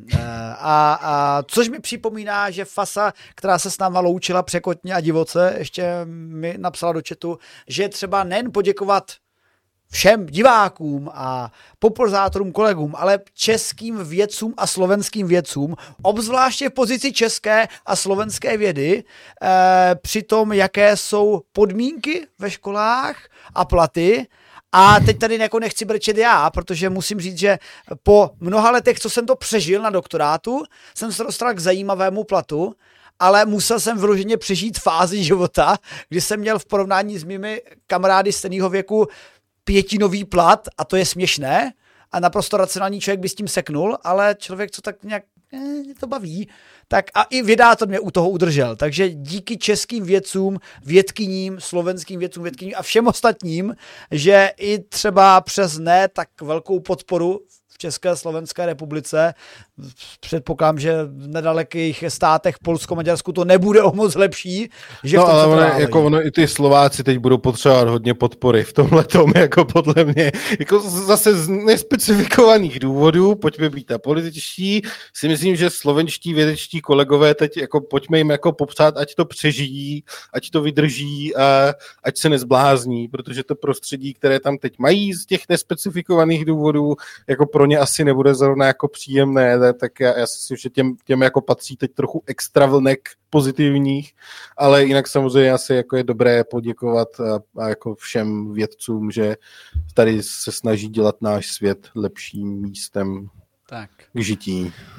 A, a což mi připomíná, že Fasa, která se s náma loučila překotně a divoce, ještě mi napsala do chatu, že třeba nejen poděkovat všem divákům a popularizátorům, kolegům, ale českým vědcům a slovenským vědcům, obzvláště v pozici české a slovenské vědy, e, při tom, jaké jsou podmínky ve školách a platy. A teď tady jako nechci brčet já, protože musím říct, že po mnoha letech, co jsem to přežil na doktorátu, jsem se dostal k zajímavému platu, ale musel jsem vyloženě přežít fázi života, kdy jsem měl v porovnání s mými kamarády stejného věku pětinový plat a to je směšné a naprosto racionální člověk by s tím seknul, ale člověk, co tak nějak eh, to baví, tak a i vědátor mě u toho udržel. Takže díky českým vědcům, vědkyním, slovenským vědcům, vědkyním a všem ostatním, že i třeba přes ne tak velkou podporu v České a Slovenské republice, předpokládám, že v nedalekých státech Polsko, Maďarsku to nebude o moc lepší. Že no v tom ale ono, jako ono, i ty Slováci teď budou potřebovat hodně podpory v tomhletom, jako podle mě, jako zase z nespecifikovaných důvodů, pojďme být a političtí, si myslím, že slovenští vědečtí kolegové teď jako pojďme jim jako popřát, ať to přežijí, ať to vydrží a ať se nezblázní, protože to prostředí, které tam teď mají z těch nespecifikovaných důvodů, jako pro ně asi nebude zrovna jako příjemné, tak já, já si myslím, že těm, těm jako patří teď trochu extra vlnek pozitivních, ale jinak samozřejmě asi jako je dobré poděkovat a, a jako všem vědcům, že tady se snaží dělat náš svět lepším místem tak. k žití.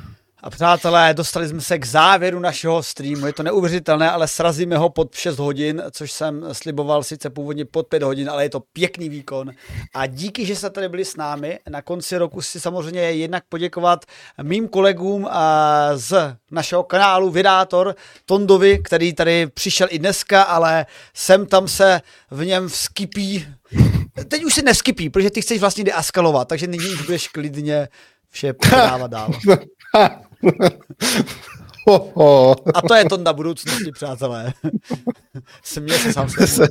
A přátelé, dostali jsme se k závěru našeho streamu. Je to neuvěřitelné, ale srazíme ho pod šest hodin, což jsem sliboval sice původně pod pět hodin, ale je to pěkný výkon. A díky, že jste tady byli s námi. Na konci roku si samozřejmě jednak poděkovat mým kolegům z našeho kanálu Vydátor, Tondovi, který tady přišel i dneska, ale sem tam se v něm vskypí. Teď už se neskypí, protože ty chceš vlastně deeskalovat, takže nyní už budeš klidně vše podávat dál. A to je Tonda budoucnosti, přátelé. Směl se sám se.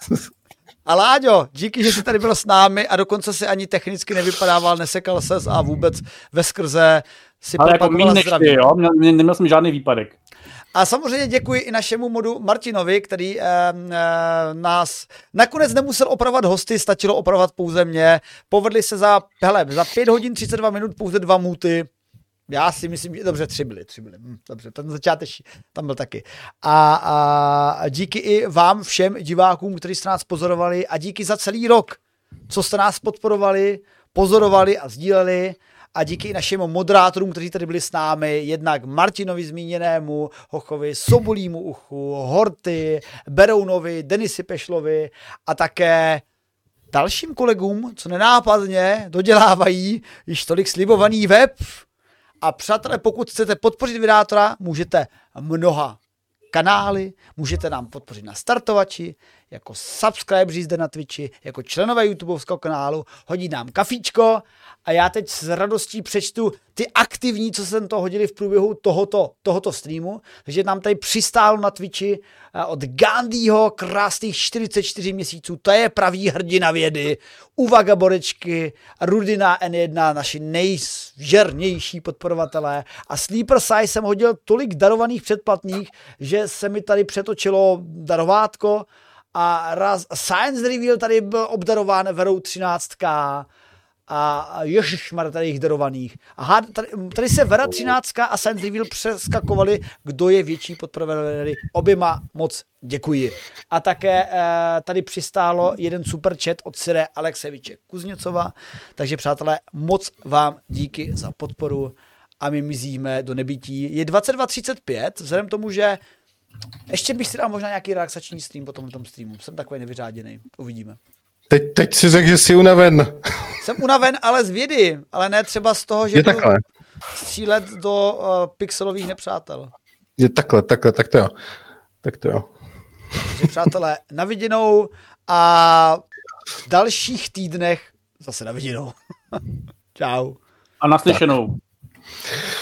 A Láďo, díky, že jsi tady byl s námi a dokonce si ani technicky nevypadával, nesekal ses a vůbec veskrze si ale jako míň než ty, jo? Mě, neměl jsem žádný výpadek. A samozřejmě děkuji i našemu modu Martinovi, který eh, eh, nás nakonec nemusel opravovat hosty, stačilo opravovat pouze mě. Povedli se za, hele, za pět hodin třicet dva minut pouze dva muty. Já si myslím, že dobře, tři byly, tři byly. Hm, dobře, ten začátek tam byl taky. A, a díky i vám všem divákům, kteří jste nás pozorovali a díky za celý rok, co jste nás podporovali, pozorovali a sdíleli. A díky i našim moderátorům, kteří tady byli s námi, jednak Martinovi zmíněnému, Hochovi, Sobolímu uchu, Horty, Berounovi, Denisi Pešlovi a také dalším kolegům, co nenápadně dodělávají již tolik slibovaný web. A přátelé, pokud chcete podpořit Vydátora, můžete mnoha kanály, můžete nám podpořit na startovači, jako subscriberi zde na Twitchi, jako členové YouTubeovského kanálu, hodí nám kafíčko a já teď s radostí přečtu ty aktivní, co jsem to hodili v průběhu tohoto, tohoto streamu, takže nám tady přistálo na Twitchi od Gandhiho krásných čtyřicet čtyři měsíců, to je pravý hrdina vědy, Uvaga Borečky, Rudina N jedna, naši nejžernější podporovatelé a Sleeper Size jsem hodil tolik darovaných předplatných, že se mi tady přetočilo darovátko a raz Science Reveal tady byl obdarován Verou třináct a ježišmar tady jich darovaných. Aha, tady, tady se Vera třináct a Science Reveal přeskakovali, kdo je větší podporovatel. Oběma moc děkuji. A také eh, tady přistálo jeden super chat od Sire Alexeviče Kuzněcova, takže přátelé, moc vám díky za podporu a my mizíme do nebytí. Je dvacet dva třicet pět, vzhledem tomu, že ještě bych si dal možná nějaký relaxační stream po tomhle streamu. Jsem takový nevyřáděný. Uvidíme. Teď, teď si řekl, že jsi unaven. Jsem unaven, ale z vědy. Ale ne třeba z toho, že je takhle. Střílet do uh, pixelových nepřátel. Je takhle, takhle, tak to jo. Tak to jo. Takže přátelé, na viděnou a v dalších týdnech zase na viděnou. Čau. A naslyšenou. Tak.